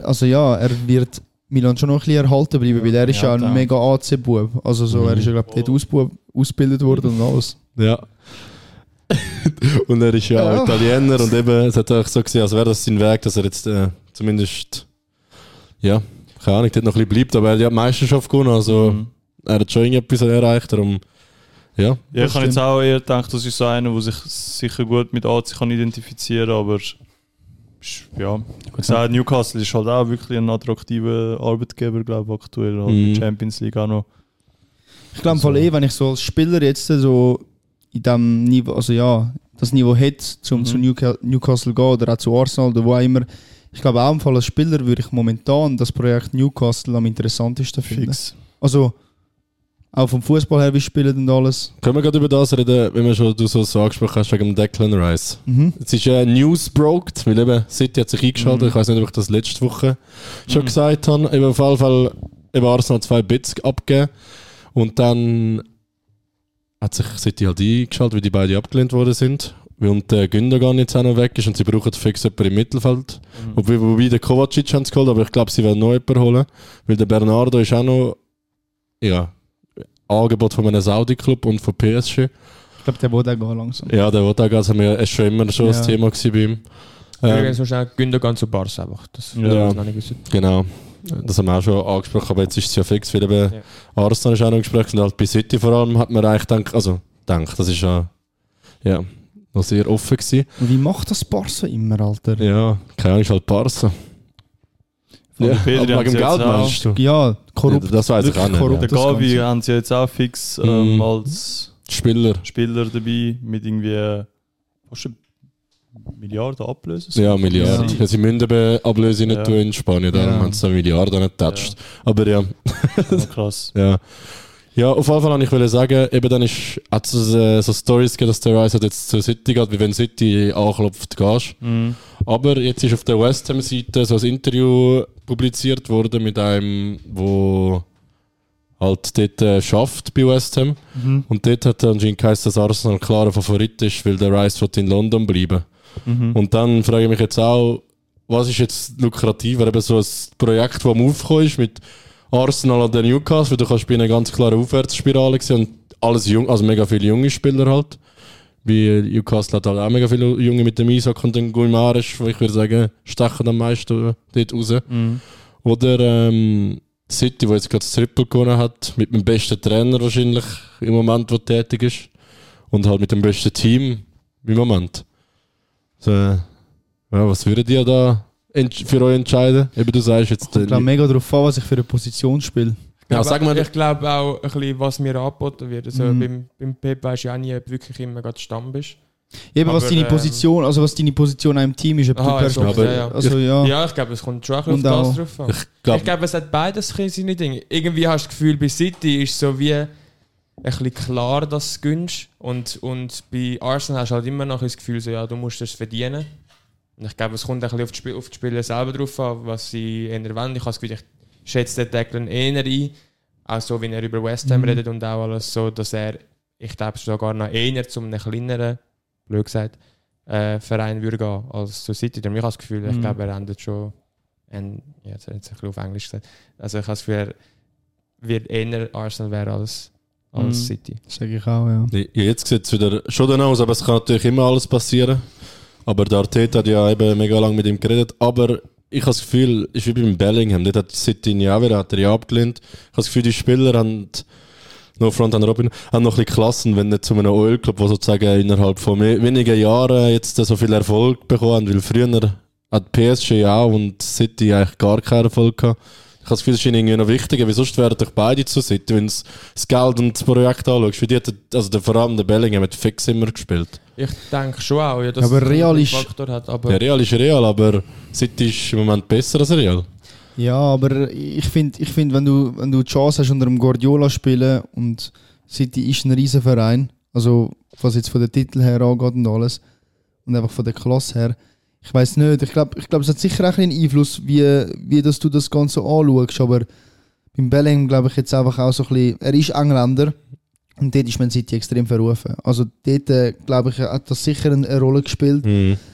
wird Milan schon noch ein bisschen erhalten bleiben, weil er ist ja ein klar. mega AC-Bub. Also so, er ist ja, glaube ich, dort ausgebildet worden und alles. Ja. Und er ist ja auch Italiener und eben, es hat auch so gesehen, als wäre das sein Weg, dass er jetzt zumindest, ja, keine Ahnung, dort noch ein bisschen bleibt, aber er hat ja die Meisterschaft gewonnen, also er hat schon irgendetwas erreicht, darum, ja. Ja, ich habe jetzt auch eher gedacht, das ist so einer, der sich sicher gut mit AC kann identifizieren kann, aber ja, ich gesagt, Newcastle ist halt auch wirklich ein attraktiver Arbeitgeber, glaube ich, aktuell. Halt mit Champions League auch noch. Ich glaube, wenn ich so als Spieler jetzt so in diesem Niveau, also ja, das Niveau hätte, um zu Newcastle gehen oder auch zu Arsenal oder wo auch immer, ich glaube auch im Fall als Spieler würde ich momentan das Projekt Newcastle am interessantesten finden. Fix. Also auch vom Fußball her, wie spielen und alles. Können wir gerade über das reden, wenn du so angesprochen hast, wegen dem Declan Rice. Es ist ja News broke, weil eben City hat sich eingeschaltet, ich weiß nicht, ob ich das letzte Woche schon gesagt habe, eben auf jeden Fall eben Arsenal 2 Bits abgegeben und dann hat sich City halt eingeschaltet, weil die beiden abgelehnt worden sind. Und der Gündogan jetzt auch noch weg ist und sie brauchen fix jemanden im Mittelfeld. Wobei der Kovacic haben sie geholt, aber ich glaube, sie werden noch jemanden holen. Weil der Bernardo ist auch noch Angebot von einem Saudi-Club und von PSG. Ich glaube, der will auch gehen langsam. Ja, der will auch gehen, das war schon immer ein Thema gewesen bei ihm. Übrigens so schnell Gündogan zu Barca einfach. Das noch nicht gewusst. Genau. Das haben wir auch schon angesprochen, aber jetzt ist es ja fix, weil eben Arsenal ist auch noch gesprochen und halt bei City vor allem hat man eigentlich gedacht, das ist ja noch sehr offen gewesen. Und wie macht das Barca immer, Alter? Ja, keine Ahnung, ist halt Barca. Ja, Pedri aber haben wegen sie dem jetzt Geld auch- meinst du? Ja, korrupt. Ja, das weiß ich auch nicht. korrupt. Der Das Gavi Ganze. haben sie jetzt auch fix als Spieler. Spieler dabei mit irgendwie fast eine Milliarde Ablöse. Ja, Milliarden. Ja. Sie müssen eben Ablöse nicht tun in Spanien, darum haben sie Milliarden nicht getatscht. Aber ja. Krass. Ja. Ja, auf jeden Fall wollte ich sagen, eben dann hat es so Storys gegeben, dass der Rice halt jetzt zur City geht, wie wenn City anklopft, gehst. Aber jetzt ist auf der West Ham-Seite so ein Interview publiziert worden mit einem, der halt dort schafft bei West Ham. Und dort hat anscheinend geheißen, dass Arsenal ein klarer Favorit ist, weil der Rice in London bleiben. Und dann frage ich mich jetzt auch, was ist jetzt lukrativer? Eben so ein Projekt, das am Aufkommen ist mit Arsenal oder Newcastle, du kannst bei einer ganz klaren Aufwärtsspirale sehen und alles jung, also mega viele junge Spieler halt. Wie Newcastle hat halt auch mega viele Junge mit dem Isaac und dem Guimaraes, wo ich würde sagen, stechen am meisten dort raus. Oder City, wo jetzt gerade das Triple gewonnen hat, mit dem besten Trainer wahrscheinlich im Moment, der tätig ist. Und halt mit dem besten Team im Moment. So, ja, was würdet ihr da für euch entscheiden? Eben, du sagst jetzt... Ich glaube mega darauf an, was ich für eine Position spiele. Ja, sag mal. Ich glaube auch ein bisschen, was mir angeboten wird. Also beim Pep weisst du ja auch nie, ob du wirklich immer gerade Stamm bist. Eben, Aber, was deine Position, also was deine Position auch im Team ist, ob du also, also, ja, ich glaube, es kommt schon ein bisschen auf das drauf an. Ich glaube, es hat beides seine Dinge. Irgendwie hast du das Gefühl, bei City ist so wie ein bisschen klar, dass du es gönnst. Und bei Arsenal hast du halt immer noch das Gefühl, so, ja, du musst es verdienen. Und ich glaube, es kommt ein bisschen auf die Spieler selber drauf an, was sie eher wollen. Ich habe das Gefühl, ich schätze den Declan eher ein, auch so, wie er über West Ham redet und auch alles so, dass er, ich glaube, sogar noch eher zu einem kleineren, blöd gesagt, Verein würde gehen als zu City. Ich habe das Gefühl, ich glaube, er endet schon, jetzt hat es ein bisschen auf Englisch gesagt, also ich habe das Gefühl, er wird eher Arsenal werden als City. Das sage ich auch, ja. Jetzt sieht es wieder schon dann aus, aber es kann natürlich immer alles passieren. Aber der Arteta hat ja eben mega lange mit ihm geredet, aber ich habe das Gefühl, ist wie beim Bellingham, dort hat City ihn ja wieder, hat er ja abgelehnt. Ich habe das Gefühl, die Spieler haben, no front an Robin, haben noch ein bisschen Klassen, wenn nicht zu einem Oil-Club, der sozusagen innerhalb von wenigen Jahren jetzt so viel Erfolg bekommen hat, weil früher hat PSG auch und City eigentlich gar keinen Erfolg gehabt. Ich habe das Gefühl, das ist ihnen irgendwie noch wichtiger, weil sonst wären doch beide zu City, wenn du das Geld und das Projekt anschaust. Wie die hat, also vor allem der Bellingham hat fix immer gespielt. Ich denke schon auch, ja, dass aber es Real einen ist... Faktor hat. Aber Ja, Real ist Real, aber City ist im Moment besser als Real. Ja, aber ich find, wenn du die Chance hast, unter dem Guardiola zu spielen und City ist ein Riesenverein, also was jetzt von den Titel her angeht und alles, und einfach von der Klasse her, ich weiß nicht, ich glaube, es hat sicher auch einen Einfluss, wie dass du das Ganze anschaust, aber beim Bellingham glaube ich jetzt einfach auch so ein bisschen, er ist Engländer und dort ist Man City extrem verrufen. Also dort, glaube ich, hat das sicher eine Rolle gespielt.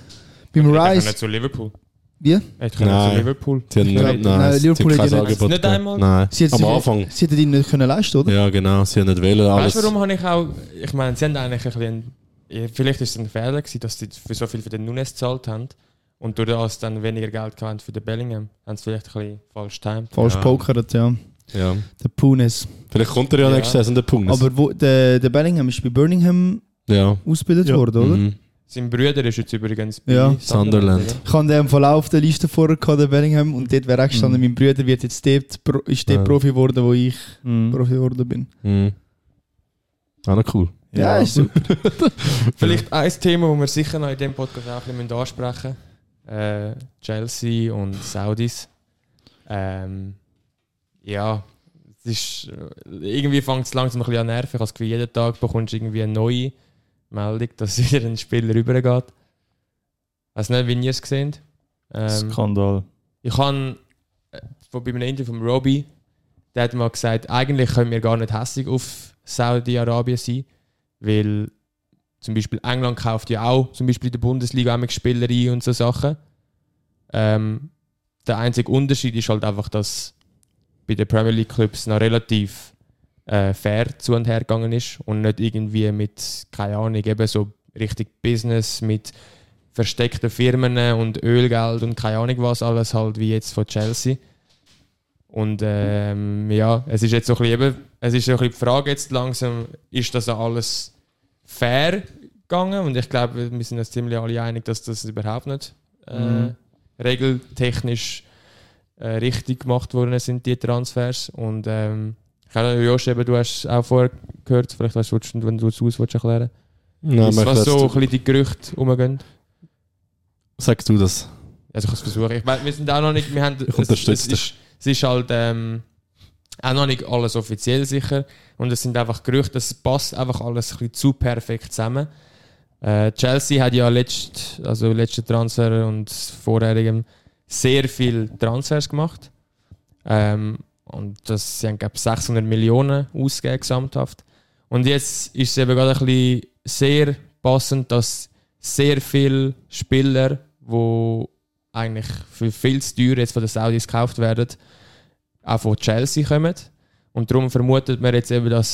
Beim er Rice... nicht zu Liverpool. Wie? Er kann zu Liverpool. Sie haben glaub, nicht, nein, Liverpool sie haben hat kein ja nicht- Angebot Nicht gehabt. einmal? Nein, Sie hat am sich- Anfang. Sie hätten ihn nicht können leisten, oder? Ja, genau, sie haben nicht wollen. Alles. Weißt du, warum habe ich auch... Ich meine, sie haben eigentlich ein bisschen... Vielleicht ist es ein Fehler gewesen, dass sie für so viel für den Nunes gezahlt haben und durch das dann weniger Geld hatten für den Bellingham. Haben sie vielleicht ein bisschen falsch getimt. Falsch pokert, ja. Ja. Der Punes. Vielleicht kommt er ja nächstes Jahr an den Punkt. Aber der Bellingham ist bei Birmingham ja. ausgebildet worden, oder? Mhm. Sein Bruder ist jetzt übrigens bei Ja. Sunderland. Ich habe den im Verlauf auf der Liste vorher gehabt, der Bellingham, und dort wäre auch gestanden, mein Bruder wird jetzt ist der Profi geworden, wo ich Profi geworden bin. Mhm. Auch noch cool. Ja, ist super. Vielleicht ein Thema, das wir sicher noch in diesem Podcast auch ein bisschen ansprechen müssen. Chelsea und Saudis. Ja, es ist, irgendwie fängt es langsam ein bisschen an nerven. Ich habe das Gefühl, jeden Tag bekommst du irgendwie eine neue Meldung, dass wieder ein Spieler rübergeht. Ich weiß nicht, wie ihr es seht. Skandal. Ich habe bei einem Interview von Robbie, der hat mal gesagt, eigentlich können wir gar nicht hässlich auf Saudi-Arabien sein, weil zum Beispiel England kauft ja auch zum Beispiel in der Bundesliga auch Spieler ein und so Sachen. Der einzige Unterschied ist halt einfach, dass bei den Premier League Clubs noch relativ fair zu und her gegangen ist und nicht irgendwie mit, keine Ahnung, eben so richtig Business mit versteckten Firmen und Ölgeld und keine Ahnung was alles halt wie jetzt von Chelsea. Und ja, es ist jetzt so ein bisschen, eben, es ist so ein bisschen die Frage jetzt langsam, ist das alles fair gegangen? Und ich glaube, wir sind uns ziemlich alle einig, dass das überhaupt nicht regeltechnisch richtig gemacht worden sind, die Transfers. Und ich habe Josh, eben, du hast auch vorher gehört, vielleicht weißt du, wenn du es aus willst, erklären. Nein, Was so ein bisschen die Gerüchte rumgehen. Sagst du das? Also ich kann es versuchen. Ich meine, wir sind auch noch nicht, wir haben, unterstütze es ist halt auch noch nicht alles offiziell sicher und es sind einfach Gerüchte, es passt einfach alles ein bisschen zu perfekt zusammen. Chelsea hat ja letzten Transfer und vorherigem sehr viele Transfers gemacht. Und sie haben, glaube ich, 600 Millionen ausgegeben gesamthaft. Und jetzt ist es eben gerade ein bisschen sehr passend, dass sehr viele Spieler, die eigentlich für viel zu teuer jetzt von den Saudis gekauft werden, auch von Chelsea kommen. Und darum vermutet man jetzt eben, dass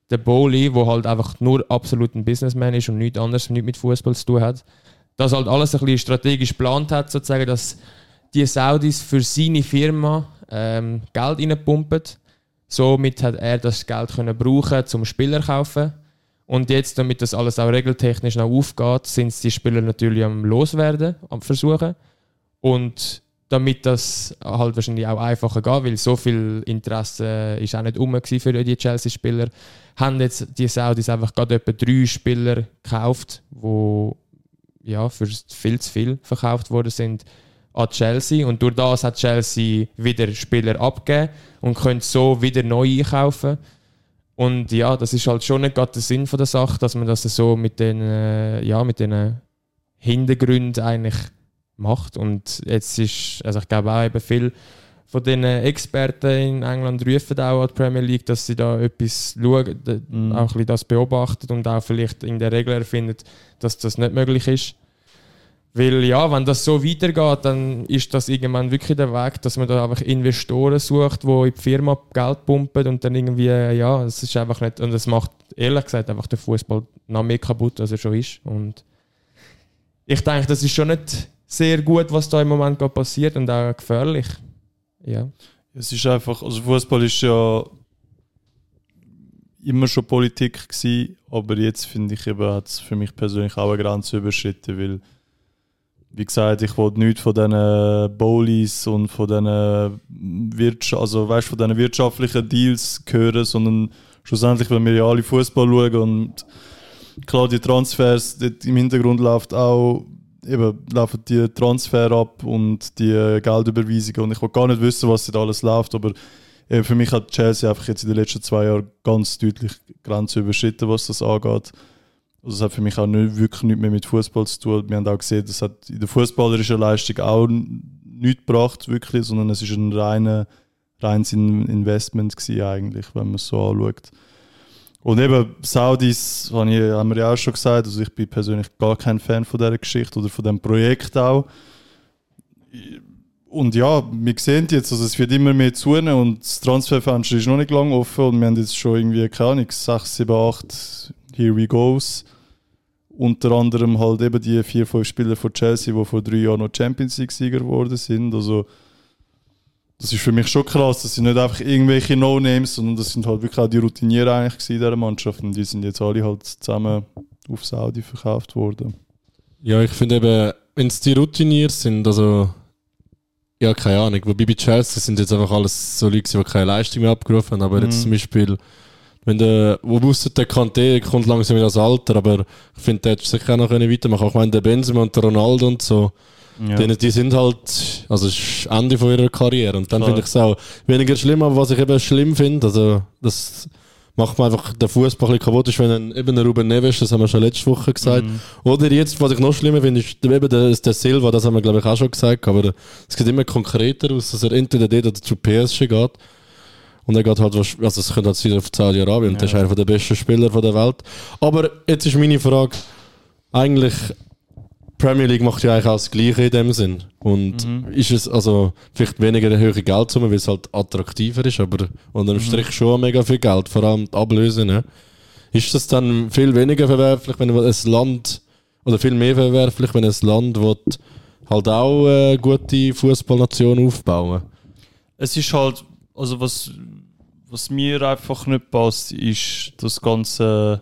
der Bowley, der halt einfach nur absolut ein Businessman ist und nichts anderes, nichts mit Fußball zu tun hat, das halt alles ein bisschen strategisch geplant hat, sozusagen, dass die Saudis für seine Firma Geld reinpumpen. Somit hat er das Geld können brauchen zum Spieler kaufen. Und jetzt, damit das alles auch regeltechnisch noch aufgeht, sind die Spieler natürlich am Loswerden, am Versuchen. Und damit das halt wahrscheinlich auch einfacher geht, weil so viel Interesse ist auch nicht rum für die Chelsea-Spieler, haben jetzt die Saudis einfach gerade etwa 3 Spieler gekauft, die ja, für viel zu viel verkauft worden sind an Chelsea. Und durch das hat Chelsea wieder Spieler abgegeben und können so wieder neu einkaufen. Und ja, das ist halt schon nicht gerade der Sinn von der Sache, dass man das so mit den Hintergründen eigentlich macht. Und jetzt ist, also ich glaube auch eben viel von den Experten in England rufen auch an die Premier League, dass sie da etwas schauen, auch ein bisschen das beobachten und auch vielleicht in der Regel erfinden, dass das nicht möglich ist. Weil ja, wenn das so weitergeht, dann ist das irgendwann wirklich der Weg, dass man da einfach Investoren sucht, die in die Firma Geld pumpen und dann irgendwie, ja, es ist einfach nicht, und es macht ehrlich gesagt einfach den Fußball noch mehr kaputt, als er schon ist. Und ich denke, das ist schon nicht sehr gut, was da im Moment gerade passiert und auch gefährlich. Ja. Es ist einfach, also Fußball ist ja immer schon Politik gewesen, aber jetzt finde ich eben, hat es für mich persönlich auch eine Grenze überschritten, weil, wie gesagt, ich wollte nichts von diesen Bowleys und von diesen von diesen wirtschaftlichen Deals hören, sondern schlussendlich, wenn wir ja alle Fußball schauen und klar, die Transfers, dort im Hintergrund laufen die Transfer ab und die Geldüberweisungen und ich will gar nicht wissen, was dort alles läuft, aber für mich hat Chelsea einfach jetzt in den letzten 2 Jahren ganz deutlich Grenzen überschritten, was das angeht. Also es hat für mich auch wirklich nichts mehr mit Fußball zu tun. Wir haben auch gesehen, das hat in der fußballerischen Leistung auch nichts gebracht, wirklich, sondern es ist ein reines Investment gewesen eigentlich, wenn man es so anschaut. Und eben Saudis, haben wir ja auch schon gesagt, also ich bin persönlich gar kein Fan von dieser Geschichte oder von diesem Projekt auch. Und ja, wir sehen jetzt, also es wird immer mehr zunehmen und das Transferfenster ist noch nicht lange offen und wir haben jetzt schon irgendwie, keine Ahnung, 6, 7, 8 Here we goes. Unter anderem halt eben die 4, 5 Spieler von Chelsea, die vor 3 Jahren noch Champions League-Sieger geworden sind. Also das ist für mich schon krass, das sind nicht einfach irgendwelche No-Names, sondern das sind halt wirklich auch die Routiniere eigentlich in dieser Mannschaft und die sind jetzt alle halt zusammen auf Saudi verkauft worden. Ja, ich finde eben, wenn es die Routiniere sind, also ja, keine Ahnung, wobei bei Chelsea sind jetzt einfach alles so Leute, die keine Leistung mehr abgerufen haben, aber jetzt zum Beispiel wenn der Kanté kommt langsam in das Alter, aber ich finde, der hätte sicher auch noch weitermachen. Ich meine, der Benzema und der Ronaldo und so, die sind halt, also es ist Ende von ihrer Karriere. Und dann finde ich es auch weniger schlimm, aber was ich eben schlimm finde, also das macht man einfach den Fußball ein bisschen kaputt, ist, wenn eben der Ruben Neves, das haben wir schon letzte Woche gesagt, oder jetzt, was ich noch schlimmer finde, ist eben der Silva, das haben wir glaube ich auch schon gesagt, aber es geht immer konkreter aus, dass er entweder dort oder zu PSG geht. Und er geht halt, also es könnte halt wieder auf Saudi-Arabien und der ist einer der besten Spieler der Welt. Aber jetzt ist meine Frage, eigentlich, Premier League macht ja eigentlich auch das Gleiche in dem Sinn. Und ist es also vielleicht weniger eine höhere Geldsumme, weil es halt attraktiver ist, aber unterm Strich schon mega viel Geld, vor allem die Ablöse. Ne? Ist das dann viel weniger verwerflich, wenn ein Land, oder viel mehr verwerflich, wenn ein Land will, halt auch eine gute Fußballnation aufbauen? Es ist halt, also was mir einfach nicht passt, ist das Ganze,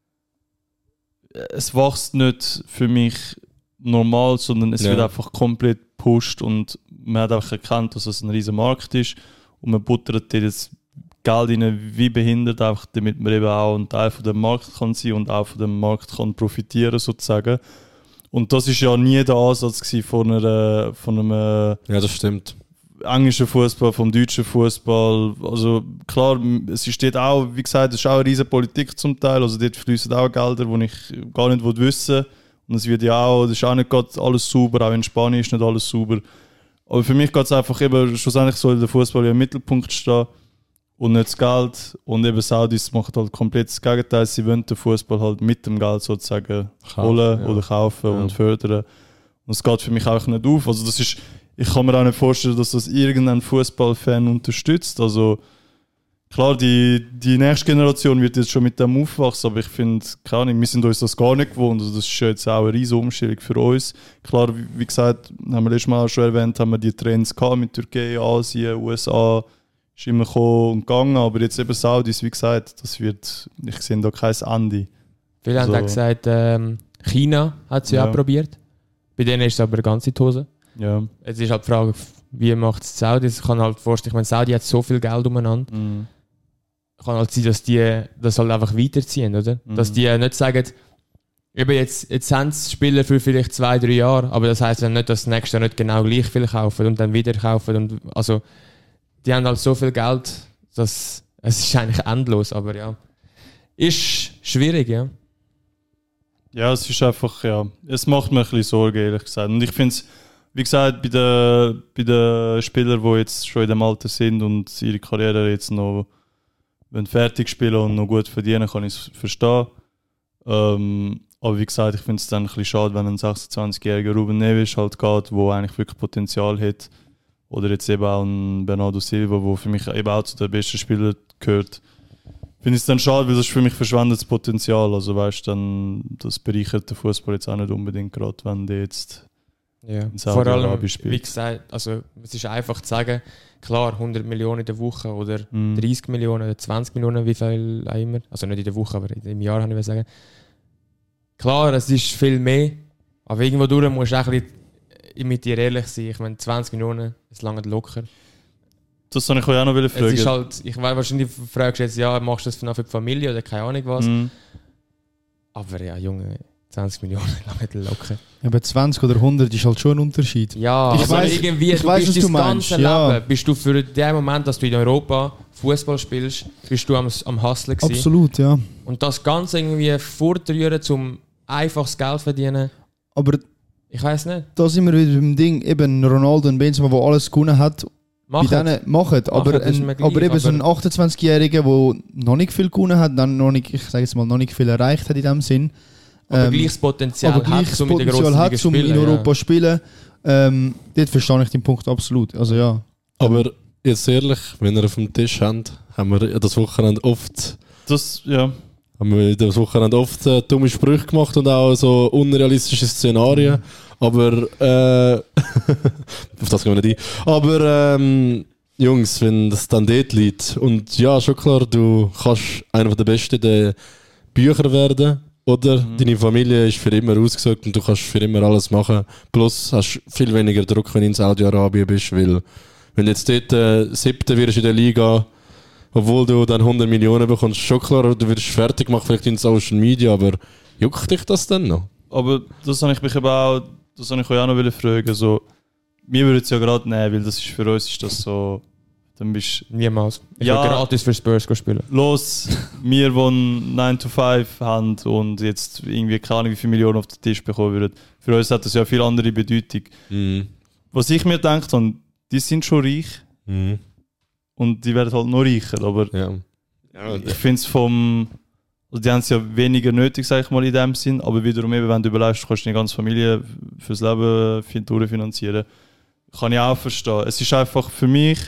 es wächst nicht für mich normal, sondern es wird einfach komplett gepusht und man hat einfach erkannt, dass es ein riesen Markt ist und man buttert das Geld rein wie behindert, einfach damit man eben auch ein Teil von dem Markt kann sein und auch von dem Markt kann profitieren sozusagen. Und das ist ja nie der Ansatz von einem ja, das stimmt. Englischen Fußball, vom deutschen Fußball. Also klar, es steht auch, wie gesagt, es ist auch eine riesige Politik zum Teil. Also dort fließen auch Gelder, die ich gar nicht wissen will. Und es wird ja auch, das ist auch nicht gerade alles sauber, auch in Spanien ist nicht alles sauber. Aber für mich geht es einfach eben, schlussendlich soll der Fußball ja im Mittelpunkt stehen und nicht das Geld. Und eben Saudis machen halt komplett das Gegenteil. Sie wollen den Fußball halt mit dem Geld sozusagen holen oder kaufen und fördern. Und es geht für mich auch nicht auf. Also das ist, ich kann mir auch nicht vorstellen, dass das irgendein Fußballfan unterstützt. Also klar, die nächste Generation wird jetzt schon mit dem aufwachsen, aber ich finde, keine Ahnung, wir sind uns das gar nicht gewohnt. Also das ist jetzt auch eine riesige Umstellung für uns. Klar, wie gesagt, haben wir letztes Mal auch schon erwähnt, haben wir die Trends gehabt mit Türkei, Asien, USA, ist immer gekommen und gegangen, aber jetzt eben Saudis, wie gesagt, das wird, ich sehe da kein Ende. Viele haben auch gesagt, China hat es ja auch probiert. Bei denen ist es aber ganz in die Hose. Ja. Jetzt ist halt die Frage, wie macht es Saudis? Ich kann halt vorstellen, ich meine, Saudi hat so viel Geld umeinander. Kann halt sein, dass die das halt einfach weiterziehen, oder? Dass die nicht sagen, eben jetzt haben sie Spieler für vielleicht 2-3 Jahre, aber das heisst ja nicht, dass sie nächstes Jahr nicht genau gleich viel kaufen und dann wieder kaufen. Und, also, die haben halt so viel Geld, dass es ist eigentlich endlos, aber ja. Ist schwierig, ja. Ja, es ist einfach, ja, es macht mir ein bisschen Sorge, ehrlich gesagt. Und ich finde es, wie gesagt, bei den Spielern, die jetzt schon in dem Alter sind und ihre Karriere jetzt noch fertig spielen und noch gut verdienen, kann ich es verstehen. Aber wie gesagt, ich finde es dann ein bisschen schade, wenn ein 26-jähriger Ruben Neves halt geht, der eigentlich wirklich Potenzial hat. Oder jetzt eben auch ein Bernardo Silva, der für mich eben auch zu den besten Spielern gehört. Finde ich es dann schade, weil das ist für mich verschwendetes Potenzial. Also weißt du, das bereichert den Fußball jetzt auch nicht unbedingt gerade, wenn der jetzt in vor allem, spielt. wie gesagt, also es ist einfach zu sagen, klar, 100 Millionen in der Woche oder 30 Millionen oder 20 Millionen, wie viel auch immer. Also nicht in der Woche, aber im Jahr, kann ich sagen. Klar, es ist viel mehr, aber irgendwo durch musst du auch ein bisschen mit dir ehrlich sein. Ich meine, 20 Millionen, das lange locker. Das soll ich euch auch noch fragen. Es ist halt, ich weiß wahrscheinlich, fragst du jetzt, ja, machst du das für die Familie oder keine Ahnung was. Aber ja, Junge, 20 Millionen lange locker. Aber 20 oder 100 ist halt schon ein Unterschied. Ja, ich also weiss, irgendwie, ich du weiss, bist was das du meinst. ganze Ja. Leben, bist du für den Moment, dass du in Europa Fußball spielst, bist du am Hustlen gewesen. Absolut, ja. Und das Ganze irgendwie fortrühren, um einfaches Geld zu verdienen. Aber ich weiß nicht. da sind wir wieder beim Ding, eben Ronaldo und Benzema, der alles gewonnen hat, bei denen machen. Aber das ist mir gleich, aber eben so ein 28-Jähriger, der noch nicht viel gewonnen hat, dann noch nicht, ich sage jetzt mal, noch nicht viel erreicht hat in dem Sinn. Aber gleich das Potenzial aber gleich hat, um in der grossen Potenzial Liga hat, um in spielen, Europa zu spielen. Dort verstehe ich den Punkt absolut. Also ja. Aber jetzt ehrlich, wenn ihr auf dem Tisch habt, haben wir das Wochenende oft dumme Sprüche gemacht und auch so unrealistische Szenarien. Aber auf das gehen wir nicht ein. Aber Jungs, wenn das dann dort liegt und ja, schon klar, du kannst einer der Besten der Bücher werden, oder? Deine Familie ist für immer ausgesucht und du kannst für immer alles machen. Plus hast du viel weniger Druck, wenn du in Saudi-Arabien bist, weil wenn du jetzt dort 7. wirst in der Liga, obwohl du dann 100 Millionen bekommst, schon klar, du wirst fertig gemacht, vielleicht in Social Media, aber juckt dich das dann noch? Aber das habe ich mich eben auch, das habe ich euch auch noch fragen. So, wir würden es ja gerade nehmen, weil das ist für uns ist das so, dann bist niemals. Ich will ja, gratis für Spurs spielen. Los, wir, die 9 to 5 haben und jetzt irgendwie keine Ahnung, wie viele Millionen auf den Tisch bekommen würden. Für uns hat das ja viel andere Bedeutung. Was ich mir gedacht habe, die sind schon reich und die werden halt noch reicher, aber ich finde es also die haben es ja weniger nötig, sag ich mal, in dem Sinn, aber wiederum eben, wenn du überlegst, kannst du deine ganze Familie fürs Leben durchfinanzieren. Kann ich auch verstehen. Es ist einfach für mich,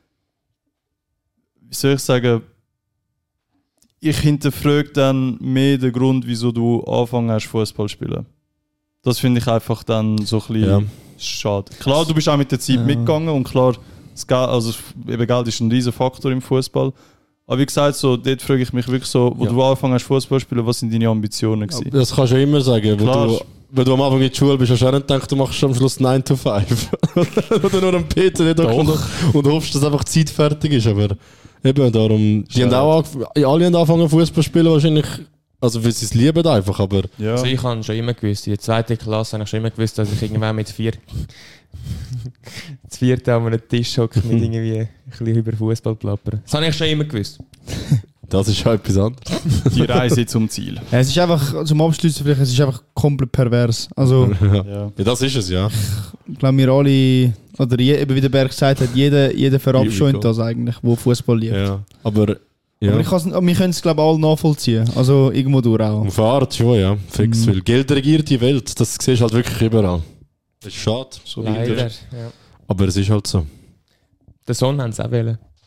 wie soll ich sagen, ich hinterfrage dann mehr den Grund, wieso du angefangen hast, Fußball zu spielen. Das finde ich einfach dann so ein bisschen schade. Klar, du bist auch mit der Zeit mitgegangen und klar, eben Geld ist ein riesen Faktor im Fußball. Aber wie gesagt, so, dort frage ich mich wirklich so, wo du angefangen hast, Fußball zu spielen, was sind deine Ambitionen gewesen? Das kannst du ja immer sagen. Wenn du am Anfang in der Schule bist, hast du auch nicht gedacht, du machst am Schluss 9 to 5. Oder nur am PC nicht und hoffst, dass einfach die Zeit fertig ist. Aber eben darum, alle haben angefangen Fußball zu spielen wahrscheinlich, also weil sie es lieben einfach, aber... Ja. Also ich habe schon immer gewusst, in der 2. Klasse habe ich schon immer gewusst, dass ich irgendwann mit 4 das 4. an einem Tisch hocke mit irgendwie ein bisschen über Fußball plappern. Das habe ich schon immer gewusst. Das ist schon etwas anderes. Die Reise zum Ziel. Es ist einfach, zum Abschluss vielleicht, es ist einfach komplett pervers. Also, ja, das ist es, ja. Ich glaube, wir alle, oder eben wie der Berg gesagt hat, jeder verabscheut das eigentlich, wo Fußball liebt. Ja, aber... Ja. Aber wir können es, glaube ich, alle nachvollziehen. Also irgendwo durch auch. Auf eine Art schon, ja. Fix, weil Geld regiert die Welt. Das siehst du halt wirklich überall. Das ist schade. So leider, ja. Aber es ist halt so. Der Sohn haben sie auch wollen.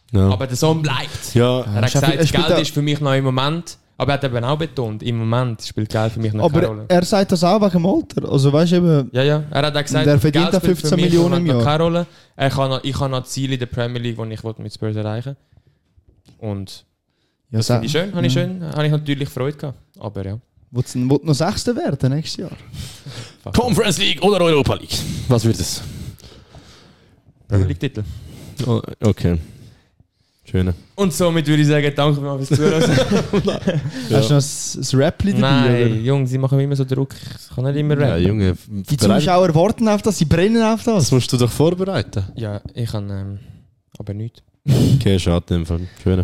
Ja. Aber der Sohn bleibt. Ja, Er hat ist auch- gesagt, er spielt Geld auch- ist für mich noch im Moment, aber er hat eben auch betont, im Moment spielt Geld für mich noch keine Aber Rolle. er sagt das auch wegen dem Alter. Also weißt du eben, Ja, er hat auch gesagt, Der verdient Geld auch spielt 15 für mich Millionen im noch Jahr. keine Rolle. Ich habe noch Ziele in der Premier League, die ich mit Spurs erreichen will. Und ja, das finde ich schön, habe ich natürlich Freude gehabt. Aber ja. Willst du noch Sechster werden nächstes Jahr? Conference League oder Europa League? Was wird es? Premier League-Titel. Oh, okay. Schöne. Und somit würde ich sagen, danke fürs Zuhören. Hast du noch ein Rap dabei? Nein, Jungs, sie machen mir immer so Druck. Ich kann nicht immer Ja, rappen. Junge. Die Zuschauer warten auf das, sie brennen auf Das das. musst du doch vorbereiten. Ja, ich kann aber nichts. Okay, schade in dem Fall. Schöne.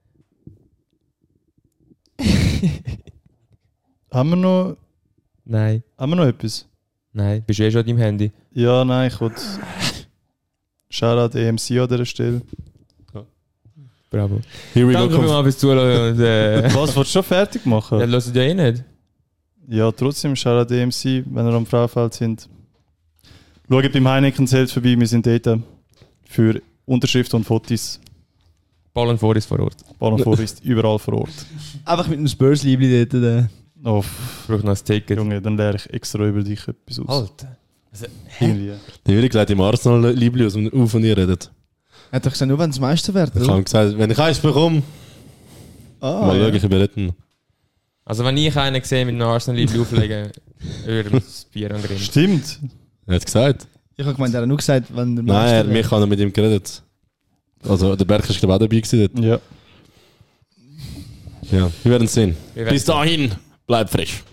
Haben wir noch etwas? Nein, bist du eh schon an deinem Handy. Ja, nein, ich wollte... Shoutout EMC an dieser Stelle. Bravo. Here we Danke go. vielmals fürs Zuhören. Und, Was, willst du schon fertig machen? ja, hört ja eh nicht. Ja, trotzdem, Shoutout EMC, wenn ihr am Frauenfeld sind. Schaut beim Heineken-Zelt vorbei, wir sind dort für Unterschriften und Fotos. Ballen vor ist vor Ort. Ballonvor ist überall vor Ort. Einfach mit einem Spurs-Liebli dort. Oh, Braucht noch ein Ticket. Junge, dann lehre ich extra über dich etwas aus. Alter. Irgendwie. Die würde gesagt, im Arsenal-Liebli aus dem U von ihr redet. Er hat doch gesagt, nur wenn es Meister werden. Ich habe gesagt, wenn ich eins bekomme, mal schaue ich über retten. Also wenn ich einen sehe mit einem Arsenal-Liebling auflegen, würde ich das Bier angreifen. Stimmt. Er hat gesagt. Ich habe gemeint, er hat nur gesagt, wenn der Nein, mich hat er mit ihm geredet. Also der Berg ist glaube ich auch dabei gewesen dort. Ja. Ja, wir werden es sehen. Wir werden Bis dahin, bleib frisch.